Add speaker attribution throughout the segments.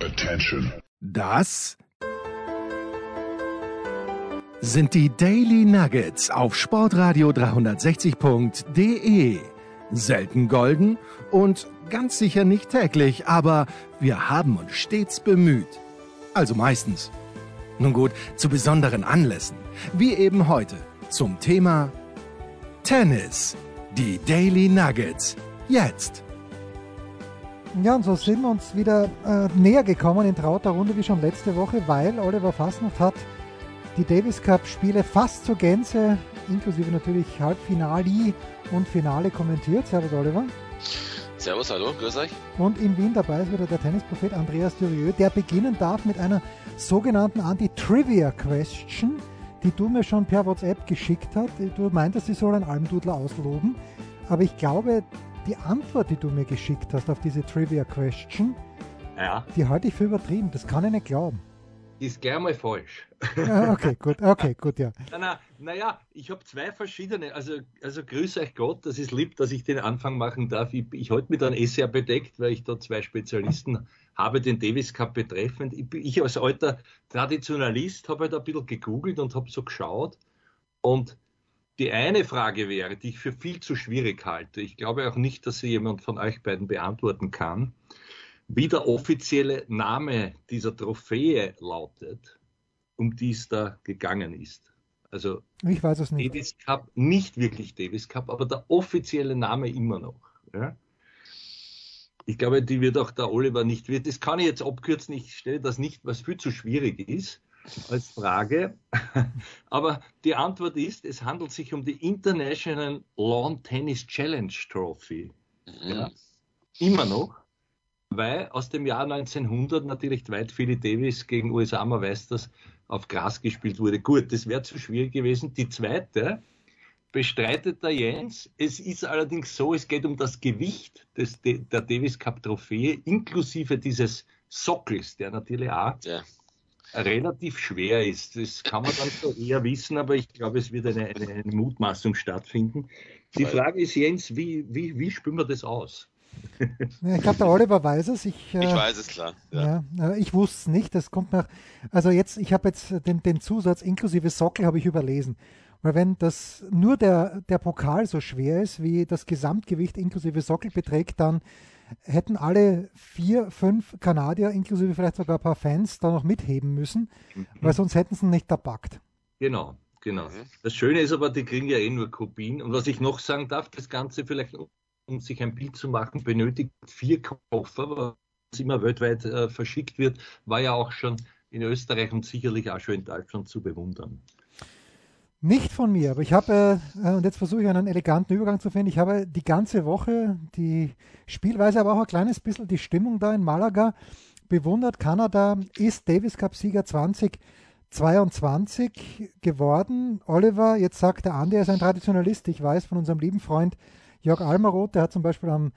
Speaker 1: Attention.
Speaker 2: Das sind die Daily Nuggets auf Sportradio 360.de. Selten golden und ganz sicher nicht täglich, aber wir haben uns stets bemüht. Also meistens. Nun gut, zu besonderen Anlässen, wie eben heute, zum Thema Tennis. Die Daily Nuggets. Jetzt.
Speaker 3: Ja, und so sind wir uns wieder näher gekommen in trauter Runde wie schon letzte Woche, weil Oliver Fasnacht hat die Davis Cup Spiele fast zur Gänze, inklusive natürlich Halbfinale und Finale kommentiert. Servus Oliver.
Speaker 4: Servus, hallo, grüß euch.
Speaker 3: Und in Wien dabei ist wieder der Tennisprophet Andreas Dürieu, der beginnen darf mit einer sogenannten Anti-Trivia-Question, die du mir schon per WhatsApp geschickt hast. Du meintest, ich soll einen Almdudler ausloben, aber ich glaube, die Antwort, die du mir geschickt hast auf diese Trivia-Question, die halte ich für übertrieben. Das kann ich nicht glauben.
Speaker 5: Ist gleich mal falsch.
Speaker 3: Okay, gut, ja.
Speaker 5: Naja, ich habe zwei verschiedene, also grüß euch Gott, das ist lieb, dass ich den Anfang machen darf. Ich halte mich dann sehr bedeckt, weil ich da zwei Spezialisten habe, den Davis Cup betreffend. Ich als alter Traditionalist habe halt ein bisschen gegoogelt und habe so geschaut, und die eine Frage wäre, die ich für viel zu schwierig halte, ich glaube auch nicht, dass sie jemand von euch beiden beantworten kann, wie der offizielle Name dieser Trophäe lautet, um die es da gegangen ist. Also
Speaker 3: ich weiß es nicht.
Speaker 5: Davis Cup, nicht wirklich Davis Cup, aber der offizielle Name immer noch. Ja? Ich glaube, die wird auch der Oliver nicht, das kann ich jetzt abkürzen, ich stelle das nicht, was viel zu schwierig ist als Frage. Aber die Antwort ist, es handelt sich um die International Lawn Tennis Challenge Trophy. Ja? Immer noch. Weil aus dem Jahr 1900 natürlich Dwight Philly Davis gegen USA, man weiß, dass auf Gras gespielt wurde. Gut, das wäre zu schwierig gewesen. Die zweite bestreitet der Jens. Es ist allerdings so, es geht um das Gewicht der Davis Cup Trophäe, inklusive dieses Sockels, der natürlich auch relativ schwer ist. Das kann man dann so eher wissen, aber ich glaube, es wird eine Mutmaßung stattfinden. Die Frage ist, Jens, wie spielen wir das aus?
Speaker 3: Ja, ich glaube, der Oliver weiß es. Ich
Speaker 4: weiß es, klar. Ja.
Speaker 3: Ich wusste es nicht. Das kommt nach. Also ich habe jetzt den Zusatz inklusive Sockel habe ich überlesen. Weil wenn das nur der Pokal so schwer ist, wie das Gesamtgewicht inklusive Sockel beträgt, dann hätten alle 4, 5 Kanadier, inklusive vielleicht sogar ein paar Fans, da noch mitheben müssen, weil sonst hätten sie ihn nicht erpackt.
Speaker 5: Genau. Das Schöne ist aber, die kriegen ja nur Kopien. Und was ich noch sagen darf, das Ganze vielleicht, um sich ein Bild zu machen, benötigt 4 Koffer, was immer weltweit verschickt wird, war ja auch schon in Österreich und sicherlich auch schon in Deutschland zu bewundern.
Speaker 3: Nicht von mir, aber ich habe, und jetzt versuche ich einen eleganten Übergang zu finden, ich habe die ganze Woche die Spielweise, aber auch ein kleines bisschen die Stimmung da in Malaga bewundert. Kanada ist Davis Cup Sieger 2022 geworden. Oliver, jetzt sagt der Andi, er ist ein Traditionalist. Ich weiß von unserem lieben Freund Jörg Almaroth, der hat zum Beispiel am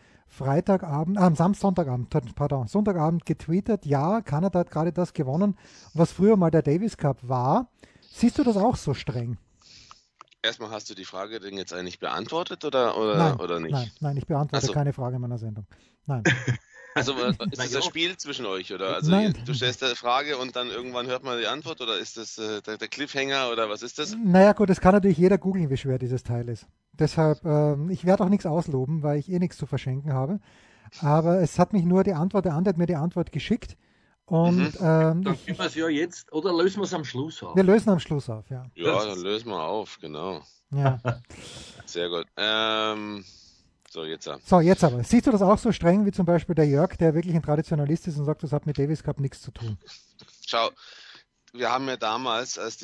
Speaker 3: Sonntagabend getweetet, ja, Kanada hat gerade das gewonnen, was früher mal der Davis Cup war. Siehst du das auch so streng?
Speaker 4: Erstmal, hast du die Frage denn jetzt eigentlich beantwortet oder nicht?
Speaker 3: Nein, ich beantworte keine Frage in meiner Sendung. Nein.
Speaker 4: Also ist das ein Spiel zwischen euch, oder? Also du stellst eine Frage und dann irgendwann hört man die Antwort, oder ist das der Cliffhanger, oder was ist das?
Speaker 3: Naja gut, das kann natürlich jeder googeln, wie schwer dieses Teil ist. Deshalb, ich werde auch nichts ausloben, weil ich nichts zu verschenken habe. Aber es hat mich nur der andere hat mir die Antwort geschickt. Und
Speaker 5: dann können wir es ja jetzt, oder lösen wir es am Schluss auf?
Speaker 3: Wir lösen am Schluss auf, ja.
Speaker 4: Ja, dann lösen wir auf, genau.
Speaker 3: Ja.
Speaker 4: Sehr gut. So, jetzt
Speaker 3: aber. Siehst du das auch so streng wie zum Beispiel der Jörg, der wirklich ein Traditionalist ist und sagt, das hat mit Davis Cup nichts zu tun?
Speaker 4: Schau, wir haben ja damals, als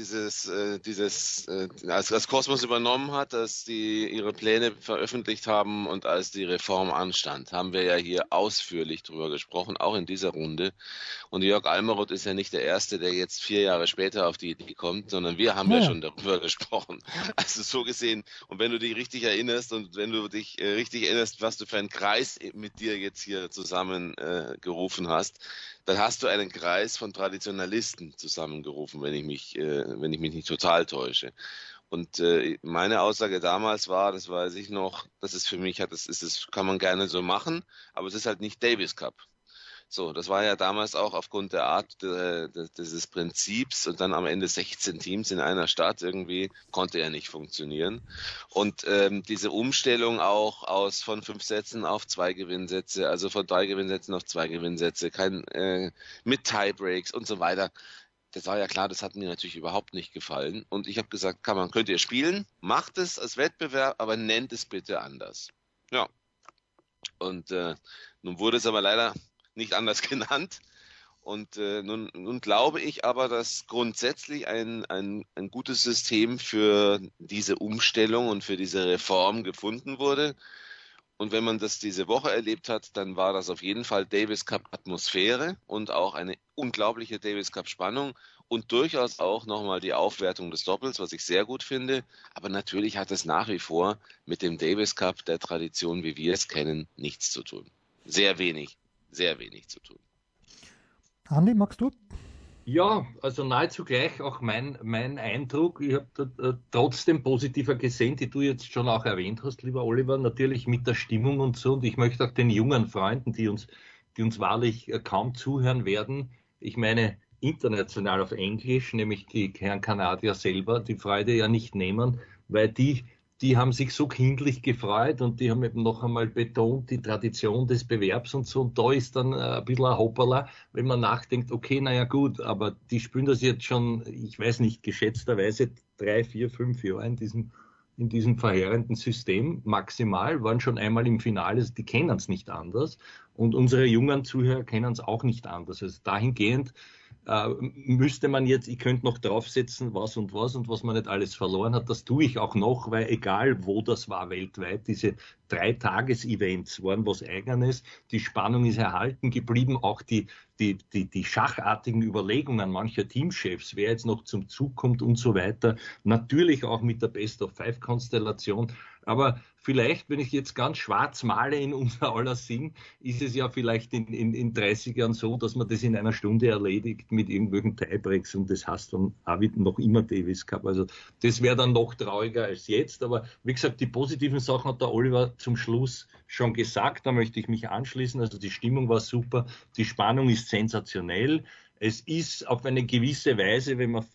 Speaker 4: als Kosmos übernommen hat, als die ihre Pläne veröffentlicht haben und als die Reform anstand, haben wir ja hier ausführlich drüber gesprochen, auch in dieser Runde. Und Jörg Almaroth ist ja nicht der Erste, der jetzt 4 Jahre später auf die Idee kommt, sondern wir haben ja schon darüber gesprochen. Also so gesehen, und wenn du dich richtig erinnerst und wenn du dich richtig erinnerst, was du für einen Kreis mit dir jetzt hier zusammen gerufen hast, dann hast du einen Kreis von Traditionalisten zusammengerufen, wenn ich mich nicht total täusche. Und meine Aussage damals war, das weiß ich noch, das ist für mich, kann man gerne so machen, aber es ist halt nicht Davis Cup. So, das war ja damals auch aufgrund der Art dieses Prinzips und dann am Ende 16 Teams in einer Stadt irgendwie, konnte ja nicht funktionieren. Und diese Umstellung auch von 5 Sätzen auf 2 Gewinnsätze, also von 3 Gewinnsätzen auf 2 Gewinnsätze, mit Tiebreaks und so weiter. Das war ja klar, das hat mir natürlich überhaupt nicht gefallen. Und ich habe gesagt, könnt ihr spielen, macht es als Wettbewerb, aber nennt es bitte anders. Ja. Und nun wurde es aber leider nicht anders genannt. Und nun glaube ich aber, dass grundsätzlich ein gutes System für diese Umstellung und für diese Reform gefunden wurde. Und wenn man das diese Woche erlebt hat, dann war das auf jeden Fall Davis Cup Atmosphäre und auch eine unglaubliche Davis Cup Spannung und durchaus auch nochmal die Aufwertung des Doppels, was ich sehr gut finde. Aber natürlich hat es nach wie vor mit dem Davis Cup der Tradition, wie wir es kennen, nichts zu tun. Sehr wenig zu tun.
Speaker 3: Andi, magst du?
Speaker 5: Ja, also nahezu gleich auch mein Eindruck. Ich habe trotzdem positiver gesehen, die du jetzt schon auch erwähnt hast, lieber Oliver, natürlich mit der Stimmung und so. Und ich möchte auch den jungen Freunden, die uns wahrlich kaum zuhören werden, ich meine international auf Englisch, nämlich die Herren Kanadier selber, die Freude ja nicht nehmen, weil die haben sich so kindlich gefreut und die haben eben noch einmal betont, die Tradition des Bewerbs und so. Und da ist dann ein bisschen ein Hopperla, wenn man nachdenkt, okay, naja gut, aber die spielen das jetzt schon, ich weiß nicht, geschätzterweise 3, 4, 5 Jahre in diesem verheerenden System maximal, waren schon einmal im Finale, die kennen es nicht anders. Und unsere jungen Zuhörer kennen es auch nicht anders. Also dahingehend müsste man jetzt, ich könnte noch draufsetzen, was und was man nicht alles verloren hat, das tue ich auch noch, weil egal wo das war weltweit, diese 3-Tages-Events waren was Eigenes, die Spannung ist erhalten geblieben, auch die schachartigen Überlegungen mancher Teamchefs, wer jetzt noch zum Zug kommt und so weiter, natürlich auch mit der Best-of-5-Konstellation, aber vielleicht, wenn ich jetzt ganz schwarz male in unser aller Sinn, ist es ja vielleicht in 30 Jahren so, dass man das in einer Stunde erledigt mit irgendwelchen Tiebreaks und das heißt dann auch noch immer Davis Cup. Also das wäre dann noch trauriger als jetzt. Aber wie gesagt, die positiven Sachen hat der Oliver zum Schluss schon gesagt. Da möchte ich mich anschließen. Also die Stimmung war super, die Spannung ist sensationell. Es ist auf eine gewisse Weise, wenn man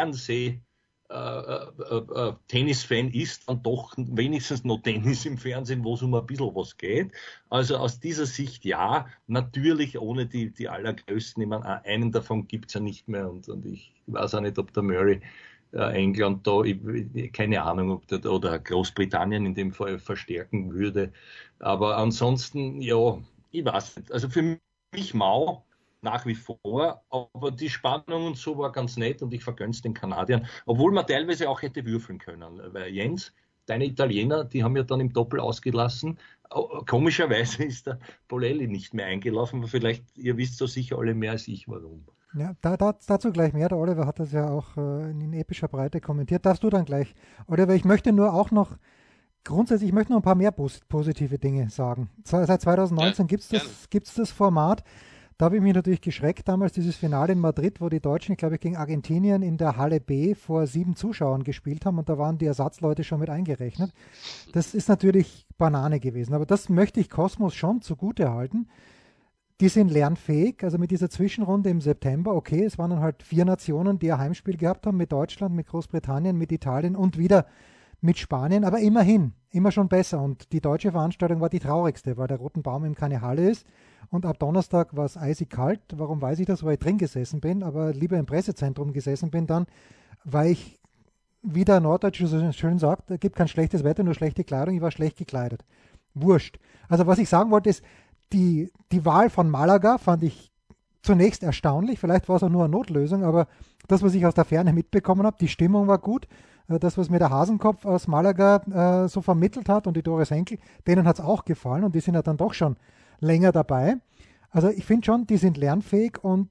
Speaker 5: Tennis-Fan ist, dann doch wenigstens noch Tennis im Fernsehen, wo es um ein bisschen was geht. Also aus dieser Sicht ja, natürlich ohne die allergrößten. Ich meine, einen davon gibt es ja nicht mehr und ich weiß auch nicht, ob der Murray England da, keine Ahnung, ob der oder Großbritannien in dem Fall verstärken würde. Aber ansonsten, ja, ich weiß nicht. Also für mich mau nach wie vor, aber die Spannung und so war ganz nett und ich vergönn's den Kanadiern, obwohl man teilweise auch hätte würfeln können, weil Jens, deine Italiener, die haben ja dann im Doppel ausgelassen, komischerweise ist der Polelli nicht mehr eingelaufen, aber vielleicht, ihr wisst so sicher alle mehr als ich, warum.
Speaker 3: Ja, dazu gleich mehr, der Oliver hat das ja auch in epischer Breite kommentiert, darfst du dann gleich, Oliver, ich möchte nur auch noch grundsätzlich, ich möchte noch ein paar mehr positive Dinge sagen. Seit 2019 gibt's das Format. Da habe ich mich natürlich geschreckt, damals dieses Finale in Madrid, wo die Deutschen, glaube ich, gegen Argentinien in der Halle B vor 7 Zuschauern gespielt haben und da waren die Ersatzleute schon mit eingerechnet. Das ist natürlich Banane gewesen, aber das möchte ich Kosmos schon zugute halten. Die sind lernfähig, also mit dieser Zwischenrunde im September, okay, es waren dann halt 4 Nationen, die ein Heimspiel gehabt haben, mit Deutschland, mit Großbritannien, mit Italien und wieder mit Spanien, aber immerhin, immer schon besser. Und die deutsche Veranstaltung war die traurigste, weil der Roten Baum eben keine Halle ist. Und ab Donnerstag war es eisig kalt. Warum weiß ich das? Weil ich drin gesessen bin, aber lieber im Pressezentrum gesessen bin dann, weil ich, wie der Norddeutsche so schön sagt, es gibt kein schlechtes Wetter, nur schlechte Kleidung. Ich war schlecht gekleidet. Wurscht. Also was ich sagen wollte ist, die Wahl von Malaga fand ich zunächst erstaunlich. Vielleicht war es auch nur eine Notlösung, aber das, was ich aus der Ferne mitbekommen habe, die Stimmung war gut. Das, was mir der Hasenkopf aus Malaga so vermittelt hat und die Doris Henkel, denen hat es auch gefallen und die sind ja dann doch schon länger dabei. Also ich finde schon, die sind lernfähig und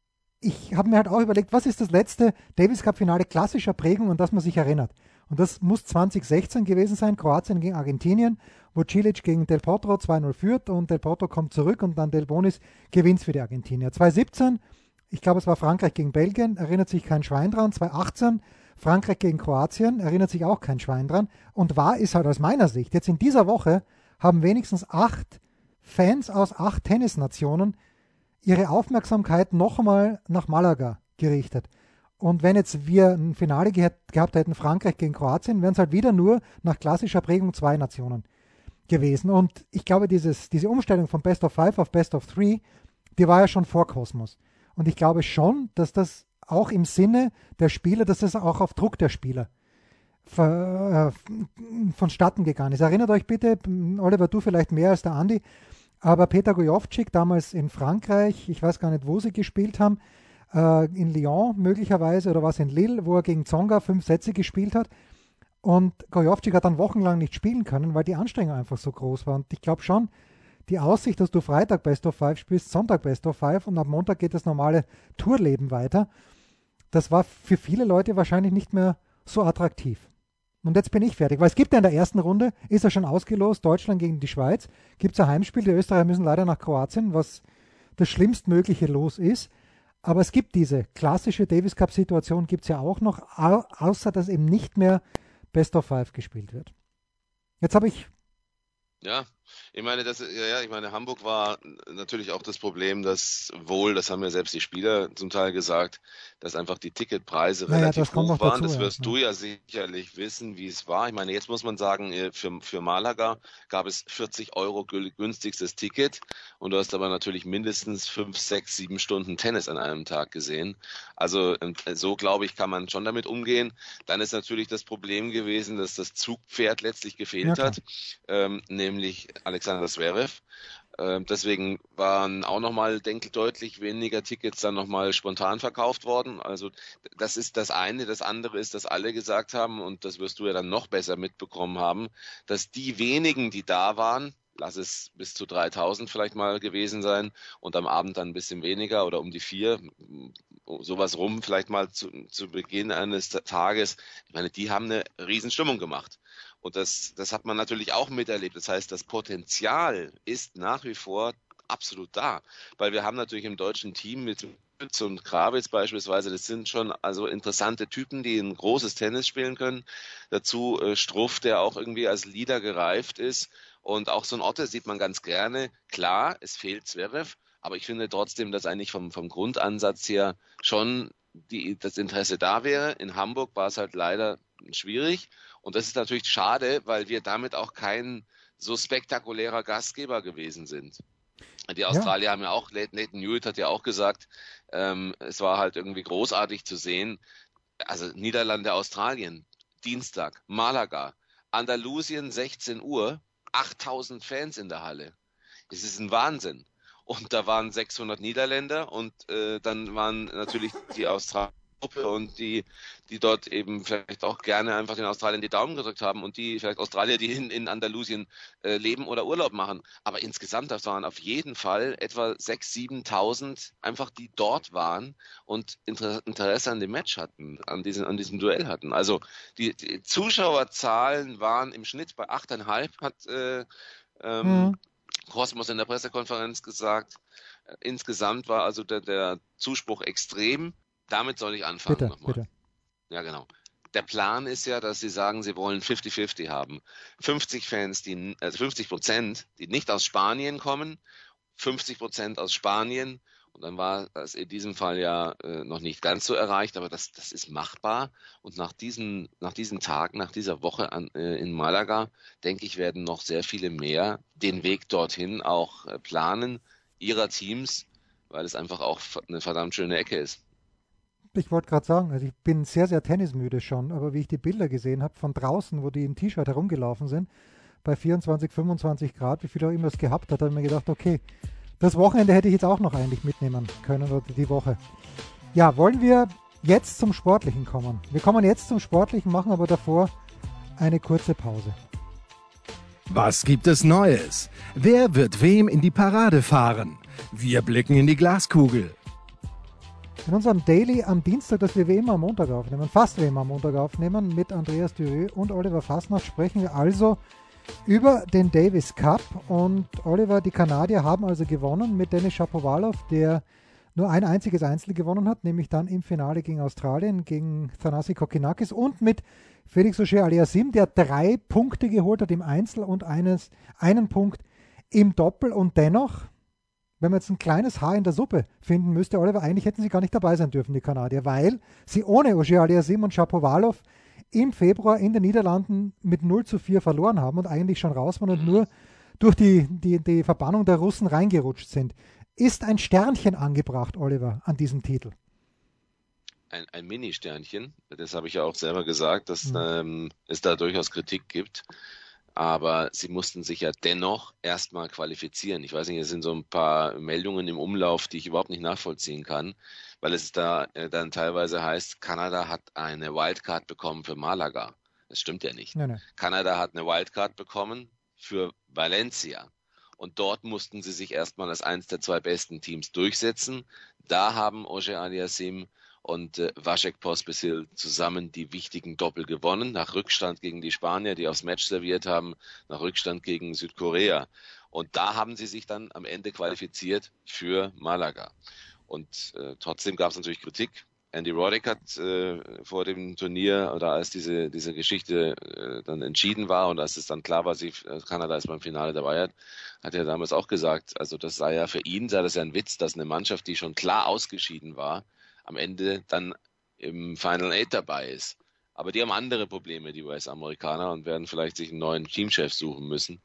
Speaker 3: ich habe mir halt auch überlegt, was ist das letzte Davis Cup Finale klassischer Prägung, an das man sich erinnert. Und das muss 2016 gewesen sein, Kroatien gegen Argentinien, wo Cilic gegen Del Potro 2-0 führt und Del Potro kommt zurück und dann Del Bonis gewinnt für die Argentinier. 2017, ich glaube es war Frankreich gegen Belgien, erinnert sich kein Schwein dran. 2018 Frankreich gegen Kroatien, erinnert sich auch kein Schwein dran. Und wahr ist halt aus meiner Sicht, jetzt in dieser Woche haben wenigstens 8 Fans aus 8 Tennisnationen ihre Aufmerksamkeit noch einmal nach Malaga gerichtet. Und wenn jetzt wir ein Finale gehabt hätten, Frankreich gegen Kroatien, wären es halt wieder nur nach klassischer Prägung 2 Nationen gewesen. Und ich glaube, diese Umstellung von Best of 5 auf Best of 3, die war ja schon vor Kosmos. Und ich glaube schon, dass das auch im Sinne der Spieler, dass das auch auf Druck der Spieler vonstatten gegangen ist. Erinnert euch bitte, Oliver, du vielleicht mehr als der Andi, aber Peter Gojovcik damals in Frankreich, ich weiß gar nicht, wo sie gespielt haben, in Lyon möglicherweise oder was in Lille, wo er gegen Tsonga 5 Sätze gespielt hat. Und Gojovcik hat dann wochenlang nicht spielen können, weil die Anstrengung einfach so groß war. Und ich glaube schon, die Aussicht, dass du Freitag Best of 5 spielst, Sonntag Best of 5 und ab Montag geht das normale Tourleben weiter, das war für viele Leute wahrscheinlich nicht mehr so attraktiv. Und jetzt bin ich fertig, weil es gibt ja in der ersten Runde, ist er schon ausgelost, Deutschland gegen die Schweiz, gibt es ein Heimspiel, die Österreicher müssen leider nach Kroatien, was das schlimmstmögliche Los ist. Aber es gibt diese klassische Davis Cup-Situation, gibt es ja auch noch, außer dass eben nicht mehr Best of 5 gespielt wird. Jetzt habe ich...
Speaker 4: Ja, ich meine, Hamburg war natürlich auch das Problem, dass das haben ja selbst die Spieler zum Teil gesagt, dass einfach die Ticketpreise relativ hoch waren. Das wirst du ja sicherlich wissen, wie es war. Ich meine, jetzt muss man sagen, für Malaga gab es 40 € günstigstes Ticket und du hast aber natürlich mindestens 5, 6, 7 Stunden Tennis an einem Tag gesehen. Also so, glaube ich, kann man schon damit umgehen. Dann ist natürlich das Problem gewesen, dass das Zugpferd letztlich gefehlt hat, nämlich Alexander Zverev. Deswegen waren auch nochmal, denke ich, deutlich weniger Tickets dann nochmal spontan verkauft worden. Also das ist das eine. Das andere ist, dass alle gesagt haben, und das wirst du ja dann noch besser mitbekommen haben, dass die wenigen, die da waren, lass es bis zu 3.000 vielleicht mal gewesen sein und am Abend dann ein bisschen weniger oder um die 4, sowas rum vielleicht mal zu Beginn eines Tages. Ich meine, die haben eine Riesenstimmung gemacht. Und das hat man natürlich auch miterlebt. Das heißt, das Potenzial ist nach wie vor absolut da. Weil wir haben natürlich im deutschen Team mit Mütz und Krawitz beispielsweise, das sind schon also interessante Typen, die ein großes Tennis spielen können. Dazu Struff, der auch irgendwie als Leader gereift ist. Und auch so ein Otte sieht man ganz gerne. Klar, es fehlt Zverev, aber ich finde trotzdem, dass eigentlich vom Grundansatz her schon das Interesse da wäre. In Hamburg war es halt leider schwierig. Und das ist natürlich schade, weil wir damit auch kein so spektakulärer Gastgeber gewesen sind. Die Australier haben ja auch, Nathan Hewitt hat ja auch gesagt, es war halt irgendwie großartig zu sehen. Also Niederlande, Australien, Dienstag, Malaga, Andalusien, 16 Uhr, 8.000 Fans in der Halle. Das ist ein Wahnsinn. Und da waren 600 Niederländer und dann waren natürlich die Australier und die dort eben vielleicht auch gerne einfach den Australiern die Daumen gedrückt haben und die vielleicht Australier, die in Andalusien leben oder Urlaub machen. Aber insgesamt, das waren auf jeden Fall etwa 6.000, 7.000 einfach, die dort waren und Interesse an dem Match hatten, an diesem Duell hatten. Also die Zuschauerzahlen waren im Schnitt bei 8,5, hat Kosmos in der Pressekonferenz gesagt. Insgesamt war also der Zuspruch extrem. Damit soll ich anfangen nochmal. Bitte. Ja, genau. Der Plan ist ja, dass sie sagen, sie wollen 50-50 haben. 50%, die nicht aus Spanien kommen, 50% aus Spanien. Und dann war das in diesem Fall ja noch nicht ganz so erreicht, aber das ist machbar. Und nach diesem Tag, nach dieser Woche in Malaga, denke ich, werden noch sehr viele mehr den Weg dorthin auch planen, ihrer Teams, weil es einfach auch eine verdammt schöne Ecke ist.
Speaker 3: Ich wollte gerade sagen, also ich bin sehr, sehr tennismüde schon, aber wie ich die Bilder gesehen habe von draußen, wo die im T-Shirt herumgelaufen sind, bei 24, 25 Grad, wie viel auch immer es gehabt hat, habe ich mir gedacht, okay, das Wochenende hätte ich jetzt auch noch eigentlich mitnehmen können oder die Woche. Ja, wollen wir jetzt zum Sportlichen kommen? Wir kommen jetzt zum Sportlichen, machen aber davor eine kurze Pause.
Speaker 2: Was gibt es Neues? Wer wird wem in die Parade fahren? Wir blicken in die Glaskugel.
Speaker 3: In unserem Daily am Dienstag, das wir wie immer am Montag aufnehmen, fast wie immer am Montag aufnehmen, mit Andreas Dürer und Oliver Fasnacht, sprechen wir also über den Davis Cup. Und Oliver, die Kanadier haben also gewonnen mit Denis Shapovalov, der nur ein einziges Einzel gewonnen hat, nämlich dann im Finale gegen Australien, gegen Thanasi Kokkinakis, und mit Felix Auger-Aliassime, der 3 Punkte geholt hat im Einzel und einen Punkt im Doppel. Und dennoch, wenn man jetzt ein kleines Haar in der Suppe finden müsste, Oliver, eigentlich hätten sie gar nicht dabei sein dürfen, die Kanadier, weil sie ohne Auger-Aliassime und Shapovalov im Februar in den Niederlanden mit 0:4 verloren haben und eigentlich schon raus waren und nur durch die Verbannung der Russen reingerutscht sind. Ist ein Sternchen angebracht, Oliver, an diesem Titel?
Speaker 4: Ein Mini-Sternchen, das habe ich ja auch selber gesagt, dass es da durchaus Kritik gibt. Aber sie mussten sich ja dennoch erstmal qualifizieren. Ich weiß nicht, es sind so ein paar Meldungen im Umlauf, die ich überhaupt nicht nachvollziehen kann, weil es da dann teilweise heißt, Kanada hat eine Wildcard bekommen für Malaga. Das stimmt ja nicht.
Speaker 3: Nein.
Speaker 4: Kanada hat eine Wildcard bekommen für Valencia. Und dort mussten sie sich erstmal als eines der 2 besten Teams durchsetzen. Da haben Auger-Aliassime und Vasek Pospisil zusammen die wichtigen Doppel gewonnen, nach Rückstand gegen die Spanier, die aufs Match serviert haben, nach Rückstand gegen Südkorea. Und da haben sie sich dann am Ende qualifiziert für Malaga. Und trotzdem gab es natürlich Kritik. Andy Roddick hat vor dem Turnier oder als diese Geschichte dann entschieden war und als es dann klar war, Kanada ist beim Finale dabei hat er damals auch gesagt, also das sei ja für ihn, sei das ja ein Witz, dass eine Mannschaft, die schon klar ausgeschieden war, am Ende dann im Final 8 dabei ist. Aber die haben andere Probleme, die US-Amerikaner, und werden vielleicht sich einen neuen Teamchef suchen müssen,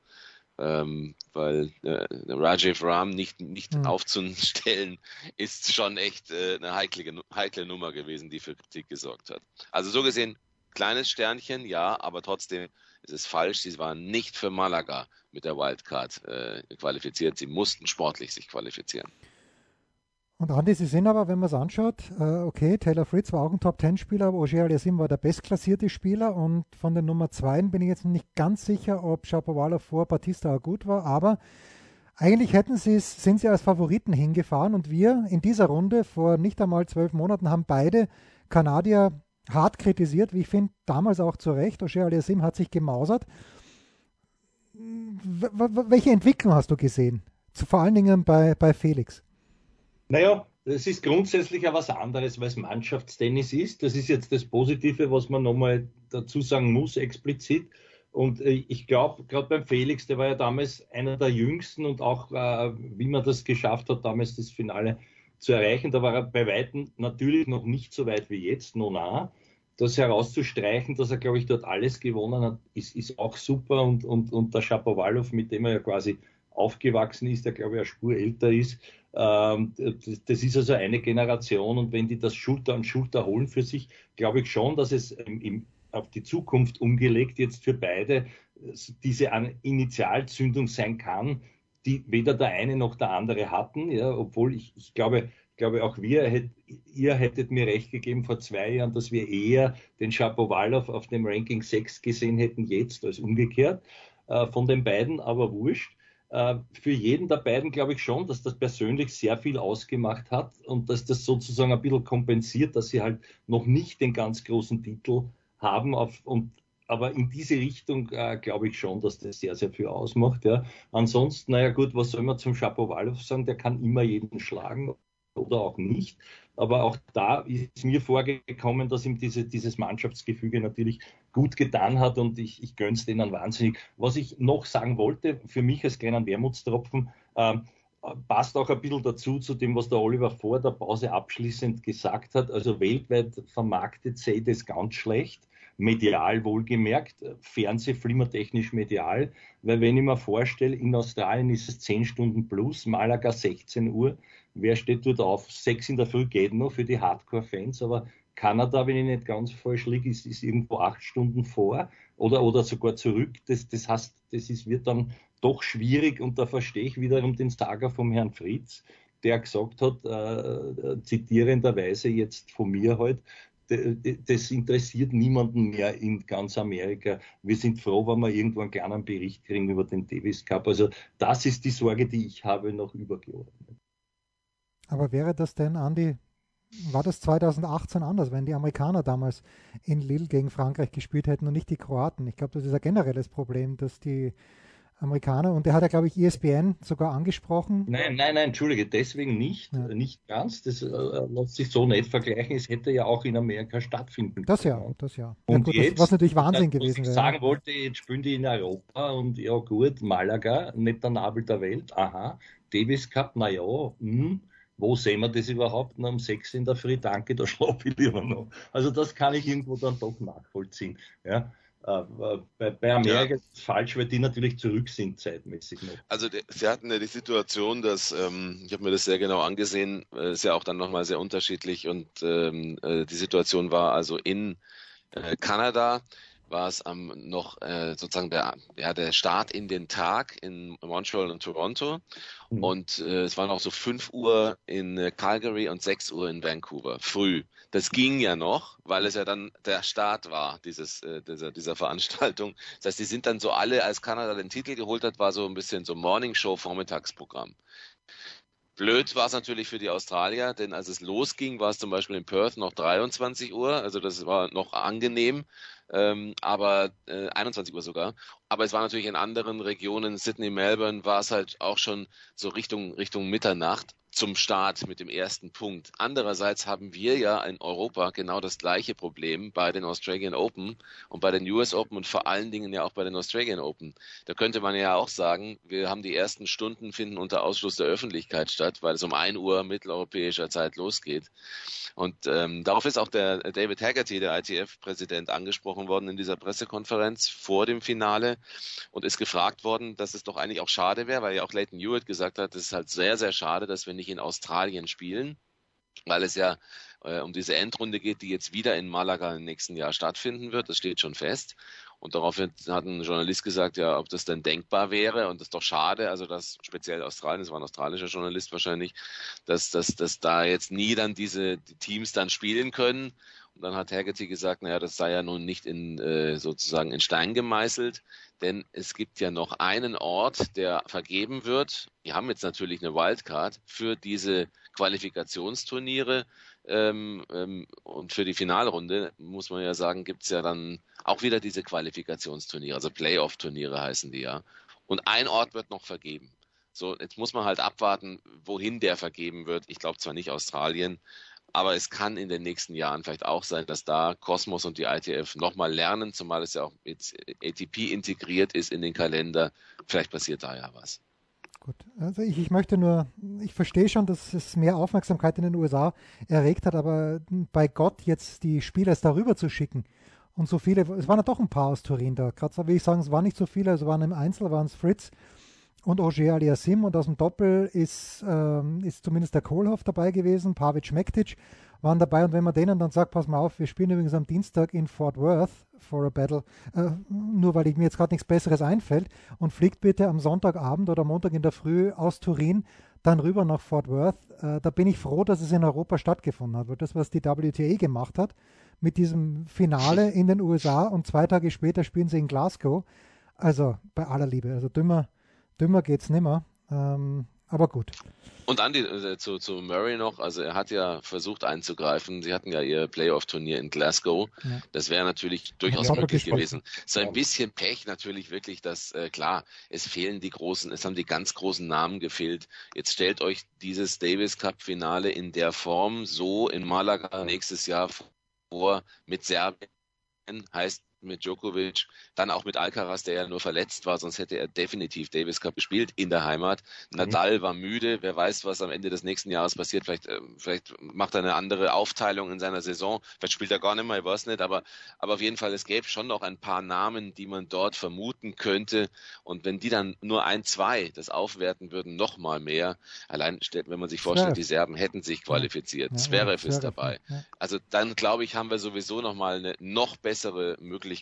Speaker 4: weil Rajiv Ram nicht aufzustellen, ist schon echt eine heikle Nummer gewesen, die für Kritik gesorgt hat. Also so gesehen, kleines Sternchen, ja, aber trotzdem ist es falsch. Sie waren nicht für Malaga mit der Wildcard qualifiziert. Sie mussten sportlich sich qualifizieren.
Speaker 3: Und Andi, Sie sehen aber, wenn man es anschaut, okay, Taylor Fritz war auch ein Top-10-Spieler, aber Auger-Aliassime war der bestklassierte Spieler und von den Nummer 2 bin ich jetzt nicht ganz sicher, ob Shapovalov vor Batista gut war, aber eigentlich sind sie als Favoriten hingefahren und wir in dieser Runde vor nicht einmal 12 Monaten haben beide Kanadier hart kritisiert, wie ich finde, damals auch zu Recht. Auger-Aliassime hat sich gemausert. Welche Entwicklung hast du gesehen? Vor allen Dingen bei Felix.
Speaker 5: Naja, das ist grundsätzlich ja was anderes, weil es Mannschaftstennis ist. Das ist jetzt das Positive, was man nochmal dazu sagen muss, explizit. Und ich glaube, gerade beim Felix, der war ja damals einer der Jüngsten und auch, wie man das geschafft hat, damals das Finale zu erreichen, da war er bei Weitem natürlich noch nicht so weit wie jetzt, noch nah. Das herauszustreichen, dass er, glaube ich, dort alles gewonnen hat, ist auch super. Und der Shapovalov, mit dem er ja quasi aufgewachsen ist, der, glaube ich, eine Spur älter ist, das ist also eine Generation. Und wenn die das Schulter an Schulter holen für sich, glaube ich schon, dass es auf die Zukunft umgelegt jetzt für beide diese Initialzündung sein kann, die weder der eine noch der andere hatten. Ja, obwohl ich glaube auch ihr hättet mir recht gegeben vor 2 Jahren, dass wir eher den Shapovalov auf dem Ranking 6 gesehen hätten jetzt als umgekehrt von den beiden, aber wurscht. Für jeden der beiden glaube ich schon, dass das persönlich sehr viel ausgemacht hat und dass das sozusagen ein bisschen kompensiert, dass sie halt noch nicht den ganz großen Titel haben. Aber in diese Richtung glaube ich schon, dass das sehr, sehr viel ausmacht. Ja. Ansonsten, naja gut, was soll man zum Shapovalov sagen? Der kann immer jeden schlagen oder auch nicht. Aber auch da ist mir vorgekommen, dass ihm dieses Mannschaftsgefüge natürlich gut getan hat und ich gönne es denen wahnsinnig. Was ich noch sagen wollte, für mich als kleinen Wermutstropfen, passt auch ein bisschen dazu, zu dem, was der Oliver vor der Pause abschließend gesagt hat. Also weltweit vermarktet sei das ganz schlecht. Medial wohlgemerkt, fernsehflimmertechnisch medial, weil wenn ich mir vorstelle, in Australien ist es 10 Stunden plus, Malaga 16 Uhr, wer steht dort auf? 6 in der Früh geht noch für die Hardcore-Fans, aber Kanada, wenn ich nicht ganz falsch liege, ist irgendwo 8 Stunden vor oder sogar zurück. Das heißt, wird dann doch schwierig und da verstehe ich wiederum den Saga vom Herrn Fritz, der gesagt hat, zitierenderweise jetzt von mir halt, das interessiert niemanden mehr in ganz Amerika. Wir sind froh, wenn wir irgendwo einen kleinen Bericht kriegen über den Davis Cup. Also das ist die Sorge, die ich habe, noch übergeordnet.
Speaker 3: Aber wäre das denn, Andi, war das 2018 anders, wenn die Amerikaner damals in Lille gegen Frankreich gespielt hätten und nicht die Kroaten? Ich glaube, das ist ein generelles Problem, dass die Amerikaner, und der hat ja, glaube ich, ESPN sogar angesprochen.
Speaker 5: Nein, entschuldige, deswegen nicht, nicht ganz. Das lässt sich so nicht vergleichen. Es hätte ja auch in Amerika stattfinden
Speaker 3: Das
Speaker 5: können.
Speaker 3: ja.
Speaker 5: Und
Speaker 3: gut,
Speaker 5: jetzt,
Speaker 3: was natürlich Wahnsinn gewesen
Speaker 5: was ich
Speaker 3: wäre.
Speaker 5: sagen wollte, jetzt spielen die in Europa und ja gut, Malaga, nicht der Nabel der Welt, aha, Davis Cup, naja, wo sehen wir das überhaupt? Um 6 in der Früh, danke, da schlafe ich lieber noch. Also das kann ich irgendwo dann doch nachvollziehen. Ja. Bei Amerika ist es falsch, weil die natürlich zurück sind zeitmäßig noch.
Speaker 4: Also sie hatten ja die Situation, dass, ich habe mir das sehr genau angesehen, ist ja auch dann nochmal sehr unterschiedlich, und die Situation war also in Kanada, war es noch sozusagen der Start in den Tag in Montreal und Toronto, und es waren auch so 5 Uhr in Calgary und 6 Uhr in Vancouver, früh. Das ging ja noch, weil es ja dann der Start war, dieser Veranstaltung. Das heißt, die sind dann so alle, als Kanada den Titel geholt hat, war so ein bisschen so Morning-Show-Vormittagsprogramm. Blöd war es natürlich für die Australier, denn als es losging, war es zum Beispiel in Perth noch 23 Uhr, also das war noch angenehm, aber 21 Uhr sogar. Aber es war natürlich in anderen Regionen, Sydney, Melbourne, war es halt auch schon so Richtung Mitternacht zum Start mit dem ersten Punkt. Andererseits haben wir ja in Europa genau das gleiche Problem bei den Australian Open und bei den US Open und vor allen Dingen ja auch bei den Australian Open. Da könnte man ja auch sagen, wir haben die ersten Stunden finden unter Ausschluss der Öffentlichkeit statt, weil es um 1 Uhr mitteleuropäischer Zeit losgeht. Und darauf ist auch der David Haggerty, der ITF-Präsident, angesprochen worden in dieser Pressekonferenz vor dem Finale und ist gefragt worden, dass es doch eigentlich auch schade wäre, weil ja auch Lleyton Hewitt gesagt hat, es ist halt sehr, sehr schade, dass wir nicht in Australien spielen, weil es ja um diese Endrunde geht, die jetzt wieder in Malaga im nächsten Jahr stattfinden wird. Das steht schon fest. Und daraufhin hat ein Journalist gesagt, ja, ob das denn denkbar wäre. Und das ist doch schade, also dass speziell Australien, das war ein australischer Journalist wahrscheinlich, dass da jetzt nie dann die Teams dann spielen können. Und dann hat Haggerty gesagt, naja, das sei ja nun nicht sozusagen in Stein gemeißelt, denn es gibt ja noch einen Ort, der vergeben wird. Die haben jetzt natürlich eine Wildcard für diese Qualifikationsturniere, und für die Finalrunde, muss man ja sagen, gibt es ja dann auch wieder diese Qualifikationsturniere, also Playoff-Turniere heißen die ja. Und ein Ort wird noch vergeben. So, jetzt muss man halt abwarten, wohin der vergeben wird. Ich glaube zwar nicht Australien, aber es kann in den nächsten Jahren vielleicht auch sein, dass da Cosmos und die ITF nochmal lernen, zumal es ja auch jetzt ATP integriert ist in den Kalender. Vielleicht passiert da ja was.
Speaker 3: Gut, also ich möchte nur, ich verstehe schon, dass es mehr Aufmerksamkeit in den USA erregt hat, aber bei Gott jetzt die Spieler es darüber zu schicken und so viele, es waren ja doch ein paar aus Turin da, gerade will ich sagen, es waren nicht so viele, also waren im Einzel, waren es Fritz und Auger Aliassime, und aus dem Doppel ist zumindest der Kohlhoff dabei gewesen, Pavic Mektic waren dabei, und wenn man denen dann sagt, pass mal auf, wir spielen übrigens am Dienstag in Fort Worth for a battle, nur weil mir jetzt gerade nichts Besseres einfällt, und fliegt bitte am Sonntagabend oder Montag in der Früh aus Turin dann rüber nach Fort Worth, da bin ich froh, dass es in Europa stattgefunden hat, weil das, was die WTA gemacht hat, mit diesem Finale in den USA, und 2 Tage später spielen sie in Glasgow, also bei aller Liebe, also dümmer geht's nimmer, aber gut.
Speaker 4: Und Andi, zu Murray noch, also er hat ja versucht einzugreifen. Sie hatten ja ihr Playoff-Turnier in Glasgow. Ja. Das wäre natürlich durchaus möglich gewesen. So ein bisschen Pech natürlich wirklich, dass, klar, es haben die ganz großen Namen gefehlt. Jetzt stellt euch dieses Davis Cup-Finale in der Form so in Malaga nächstes Jahr vor, mit Serbien, heißt mit Djokovic, dann auch mit Alcaraz, der ja nur verletzt war, sonst hätte er definitiv Davis Cup gespielt in der Heimat. Nadal war müde, wer weiß, was am Ende des nächsten Jahres passiert, vielleicht macht er eine andere Aufteilung in seiner Saison, vielleicht spielt er gar nicht mehr, ich weiß nicht, aber auf jeden Fall, es gäbe schon noch ein paar Namen, die man dort vermuten könnte, und wenn die dann nur 1, 2 das aufwerten würden, noch mal mehr, allein wenn man sich vorstellt, die Serben hätten sich qualifiziert, Zverev ist dabei, also dann glaube ich, haben wir sowieso noch mal eine noch bessere Möglichkeit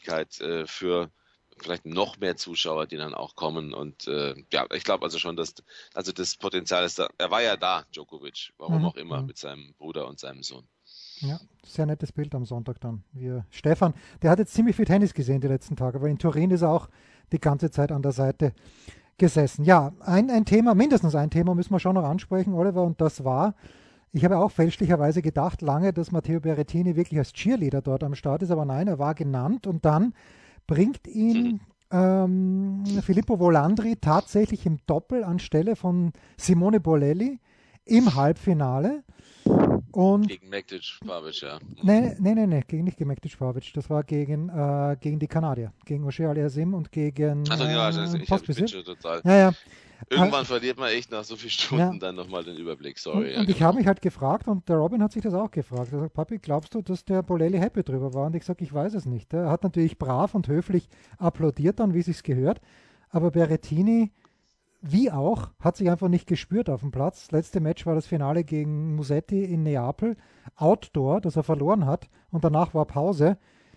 Speaker 4: für vielleicht noch mehr Zuschauer, die dann auch kommen, und ich glaube also schon, dass das Potenzial ist da. Er war ja da, Djokovic, warum auch immer, mit seinem Bruder und seinem Sohn.
Speaker 3: Ja, sehr nettes Bild am Sonntag dann. Stefan, der hat jetzt ziemlich viel Tennis gesehen die letzten Tage, aber in Turin ist er auch die ganze Zeit an der Seite gesessen. Ja, ein Thema, mindestens ein Thema müssen wir schon noch ansprechen, Oliver, und das war, ich habe auch fälschlicherweise gedacht lange, dass Matteo Berrettini wirklich als Cheerleader dort am Start ist, aber nein, er war genannt, und dann bringt ihn Filippo Volandri tatsächlich im Doppel anstelle von Simone Bolelli im Halbfinale. Und
Speaker 4: Gegen Mektic Pavic, ja.
Speaker 3: nee, nicht gegen Mektic Pavic. Das war gegen die Kanadier, gegen Oshé Aliassime und gegen
Speaker 4: Achso, ja, ich bin
Speaker 3: Pospisil.
Speaker 4: schon total.
Speaker 3: Ja.
Speaker 4: Irgendwann verliert man echt nach so vielen Stunden dann nochmal den Überblick. Sorry.
Speaker 3: Und ich habe mich halt gefragt, und der Robin hat sich das auch gefragt. Er sagt, Papi, glaubst du, dass der Bolelli happy drüber war? Und ich sage, ich weiß es nicht. Er hat natürlich brav und höflich applaudiert dann, wie es sich gehört. Aber Berrettini, wie auch, hat sich einfach nicht gespürt auf dem Platz. Das letzte Match war das Finale gegen Musetti in Neapel. Outdoor, das er verloren hat. Und danach war Pause.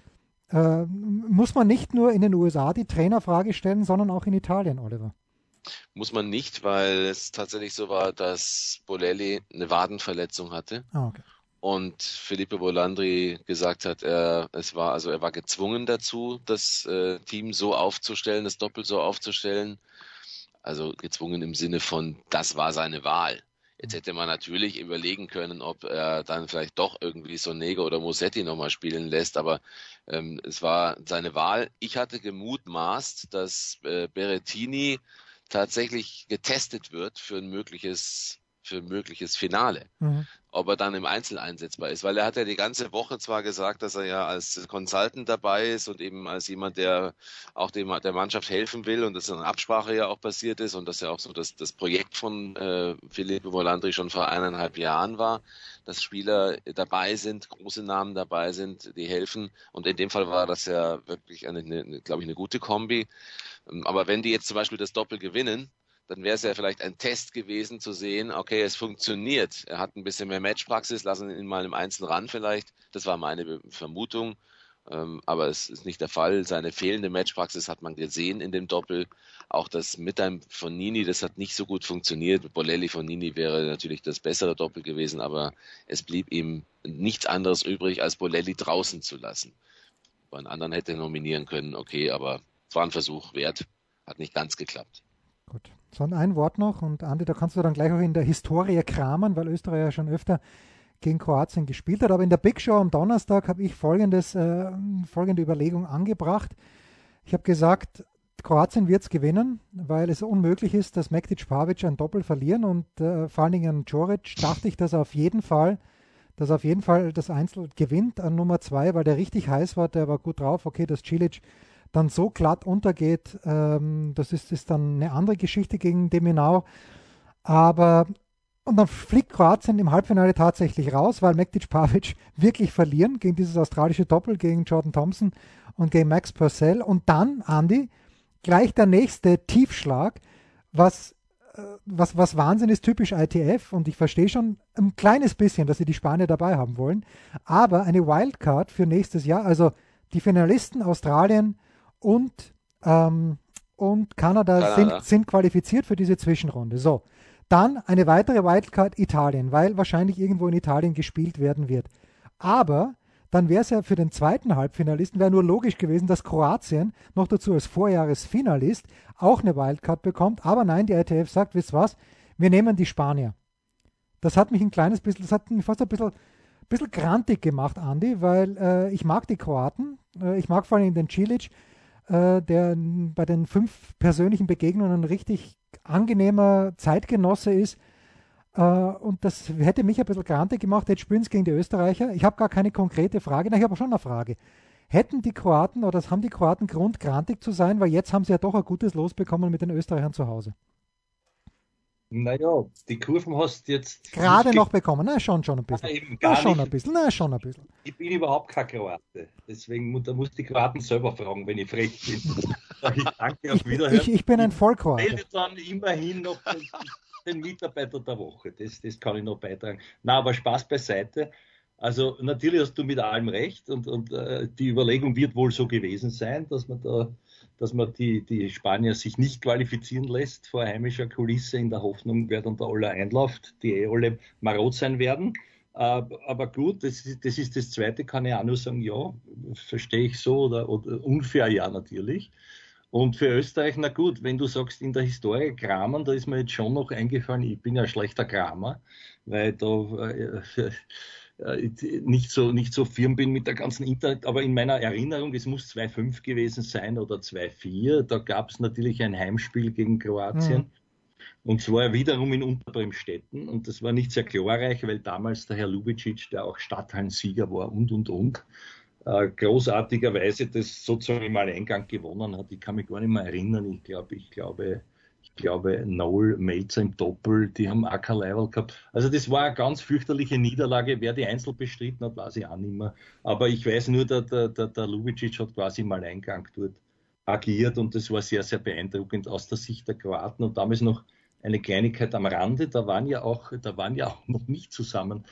Speaker 3: Muss man nicht nur in den USA die Trainerfrage stellen, sondern auch in Italien, Oliver?
Speaker 4: Muss man nicht, weil es tatsächlich so war, dass Bolelli eine Wadenverletzung hatte
Speaker 3: Okay.
Speaker 4: und Filippo Volandri gesagt hat, er war gezwungen dazu, das Team so aufzustellen, das Doppel so aufzustellen. Also gezwungen im Sinne von, das war seine Wahl. Jetzt hätte man natürlich überlegen können, ob er dann vielleicht doch irgendwie Sonego oder Musetti nochmal spielen lässt, aber es war seine Wahl. Ich hatte gemutmaßt, dass Berrettini tatsächlich getestet wird für ein mögliches Finale.
Speaker 3: Mhm.
Speaker 4: Ob er dann im Einzel einsetzbar ist, weil er hat ja die ganze Woche zwar gesagt, dass er ja als Consultant dabei ist und eben als jemand, der auch der Mannschaft helfen will und dass eine Absprache ja auch passiert ist und dass ja auch so das Projekt von Filippo Volandri schon vor 1,5 Jahren war, dass Spieler dabei sind, große Namen dabei sind, die helfen, und in dem Fall war das ja wirklich glaube ich, eine gute Kombi. Aber wenn die jetzt zum Beispiel das Doppel gewinnen, dann wäre es ja vielleicht ein Test gewesen zu sehen, okay, es funktioniert. Er hat ein bisschen mehr Matchpraxis, lassen ihn mal im Einzel ran vielleicht. Das war meine Vermutung, aber es ist nicht der Fall. Seine fehlende Matchpraxis hat man gesehen in dem Doppel. Auch das Mitteln von Nini, das hat nicht so gut funktioniert. Bolelli von Nini wäre natürlich das bessere Doppel gewesen, aber es blieb ihm nichts anderes übrig, als Bolelli draußen zu lassen. Bei einen anderen hätte er nominieren können, okay, aber es war ein Versuch wert. Hat nicht ganz geklappt.
Speaker 3: Gut. So, und ein Wort noch, und Andi, da kannst du dann gleich auch in der Historie kramen, weil Österreich ja schon öfter gegen Kroatien gespielt hat. Aber in der Big Show am Donnerstag habe ich folgende Überlegung angebracht. Ich habe gesagt, Kroatien wird es gewinnen, weil es unmöglich ist, dass Mektic Pavic ein Doppel verlieren, und vor allen Dingen an Djoric dachte ich, dass er auf jeden Fall das Einzel gewinnt an Nummer 2, weil der richtig heiß war, der war gut drauf. Okay, dass Cilic dann so glatt untergeht, das ist dann eine andere Geschichte gegen Deminau. Und dann fliegt Kroatien im Halbfinale tatsächlich raus, weil Mektic Pavic wirklich verlieren gegen dieses australische Doppel, gegen Jordan Thompson und gegen Max Purcell. Und dann, Andy, gleich der nächste Tiefschlag, was Wahnsinn ist, typisch ITF, und ich verstehe schon ein kleines bisschen, dass sie die Spanier dabei haben wollen, aber eine Wildcard für nächstes Jahr, also die Finalisten Australien und Kanada sind qualifiziert für diese Zwischenrunde. So, dann eine weitere Wildcard Italien, weil wahrscheinlich irgendwo in Italien gespielt werden wird. Aber dann wäre es ja für den zweiten Halbfinalisten wäre nur logisch gewesen, dass Kroatien noch dazu als Vorjahresfinalist auch eine Wildcard bekommt. Aber nein, die ITF sagt, wisst was, wir nehmen die Spanier. Das hat mich fast ein bisschen grantig gemacht, Andi, weil ich mag die Kroaten. Ich mag vor allem den Cilic, der bei den 5 persönlichen Begegnungen ein richtig angenehmer Zeitgenosse ist. Und das hätte mich ein bisschen grantig gemacht. Jetzt spielen sie gegen die Österreicher. Ich habe gar keine konkrete Frage. Nein, ich habe aber schon eine Frage. Haben die Kroaten Grund, grantig zu sein? Weil jetzt haben sie ja doch ein gutes Los bekommen mit den Österreichern zu Hause.
Speaker 5: Naja, die Kurven hast du jetzt
Speaker 3: gerade noch bekommen. Na, schon ein bisschen. Schon ein bisschen.
Speaker 5: Ich bin überhaupt kein Kroate. Deswegen da muss die Kroaten selber fragen, wenn ich frech bin. Ich danke, auf Wiederhören.
Speaker 3: Ich bin ein Vollkroate.
Speaker 5: Ich melde dann immerhin noch den Mitarbeiter der Woche. Das kann ich noch beitragen. Na, aber Spaß beiseite. Also natürlich hast du mit allem recht, und die Überlegung wird wohl so gewesen sein, dass man die Spanier sich nicht qualifizieren lässt vor heimischer Kulisse, in der Hoffnung, wer dann da alle einläuft, die alle marot sein werden. Aber gut, das ist das Zweite, kann ich auch nur sagen, ja, verstehe ich so, oder unfair, ja, natürlich. Und für Österreich, na gut, wenn du sagst, in der Historie kramen, da ist mir jetzt schon noch eingefallen, ich bin ja ein schlechter Kramer, weil da nicht so firm bin mit der ganzen Internet, aber in meiner Erinnerung, es muss 2-5 gewesen sein oder 2-4. Da gab es natürlich ein Heimspiel gegen Kroatien. Und zwar wiederum in Unterbremstetten. Und das war nicht sehr glorreich, weil damals der Herr Lubicic, der auch Stadthallensieger war und. Großartigerweise das sozusagen im Alleingang gewonnen hat. Ich kann mich gar nicht mehr erinnern. Ich glaube, Noel Melzer im Doppel, die haben auch kein Leiberl gehabt. Also das war eine ganz fürchterliche Niederlage. Wer die einzeln bestritten hat, weiß ich auch nicht mehr. Aber ich weiß nur, der Lubicic hat quasi im Alleingang dort agiert und das war sehr, sehr beeindruckend aus der Sicht der Kroaten. Und damals noch eine Kleinigkeit am Rande, da waren ja auch noch nicht zusammen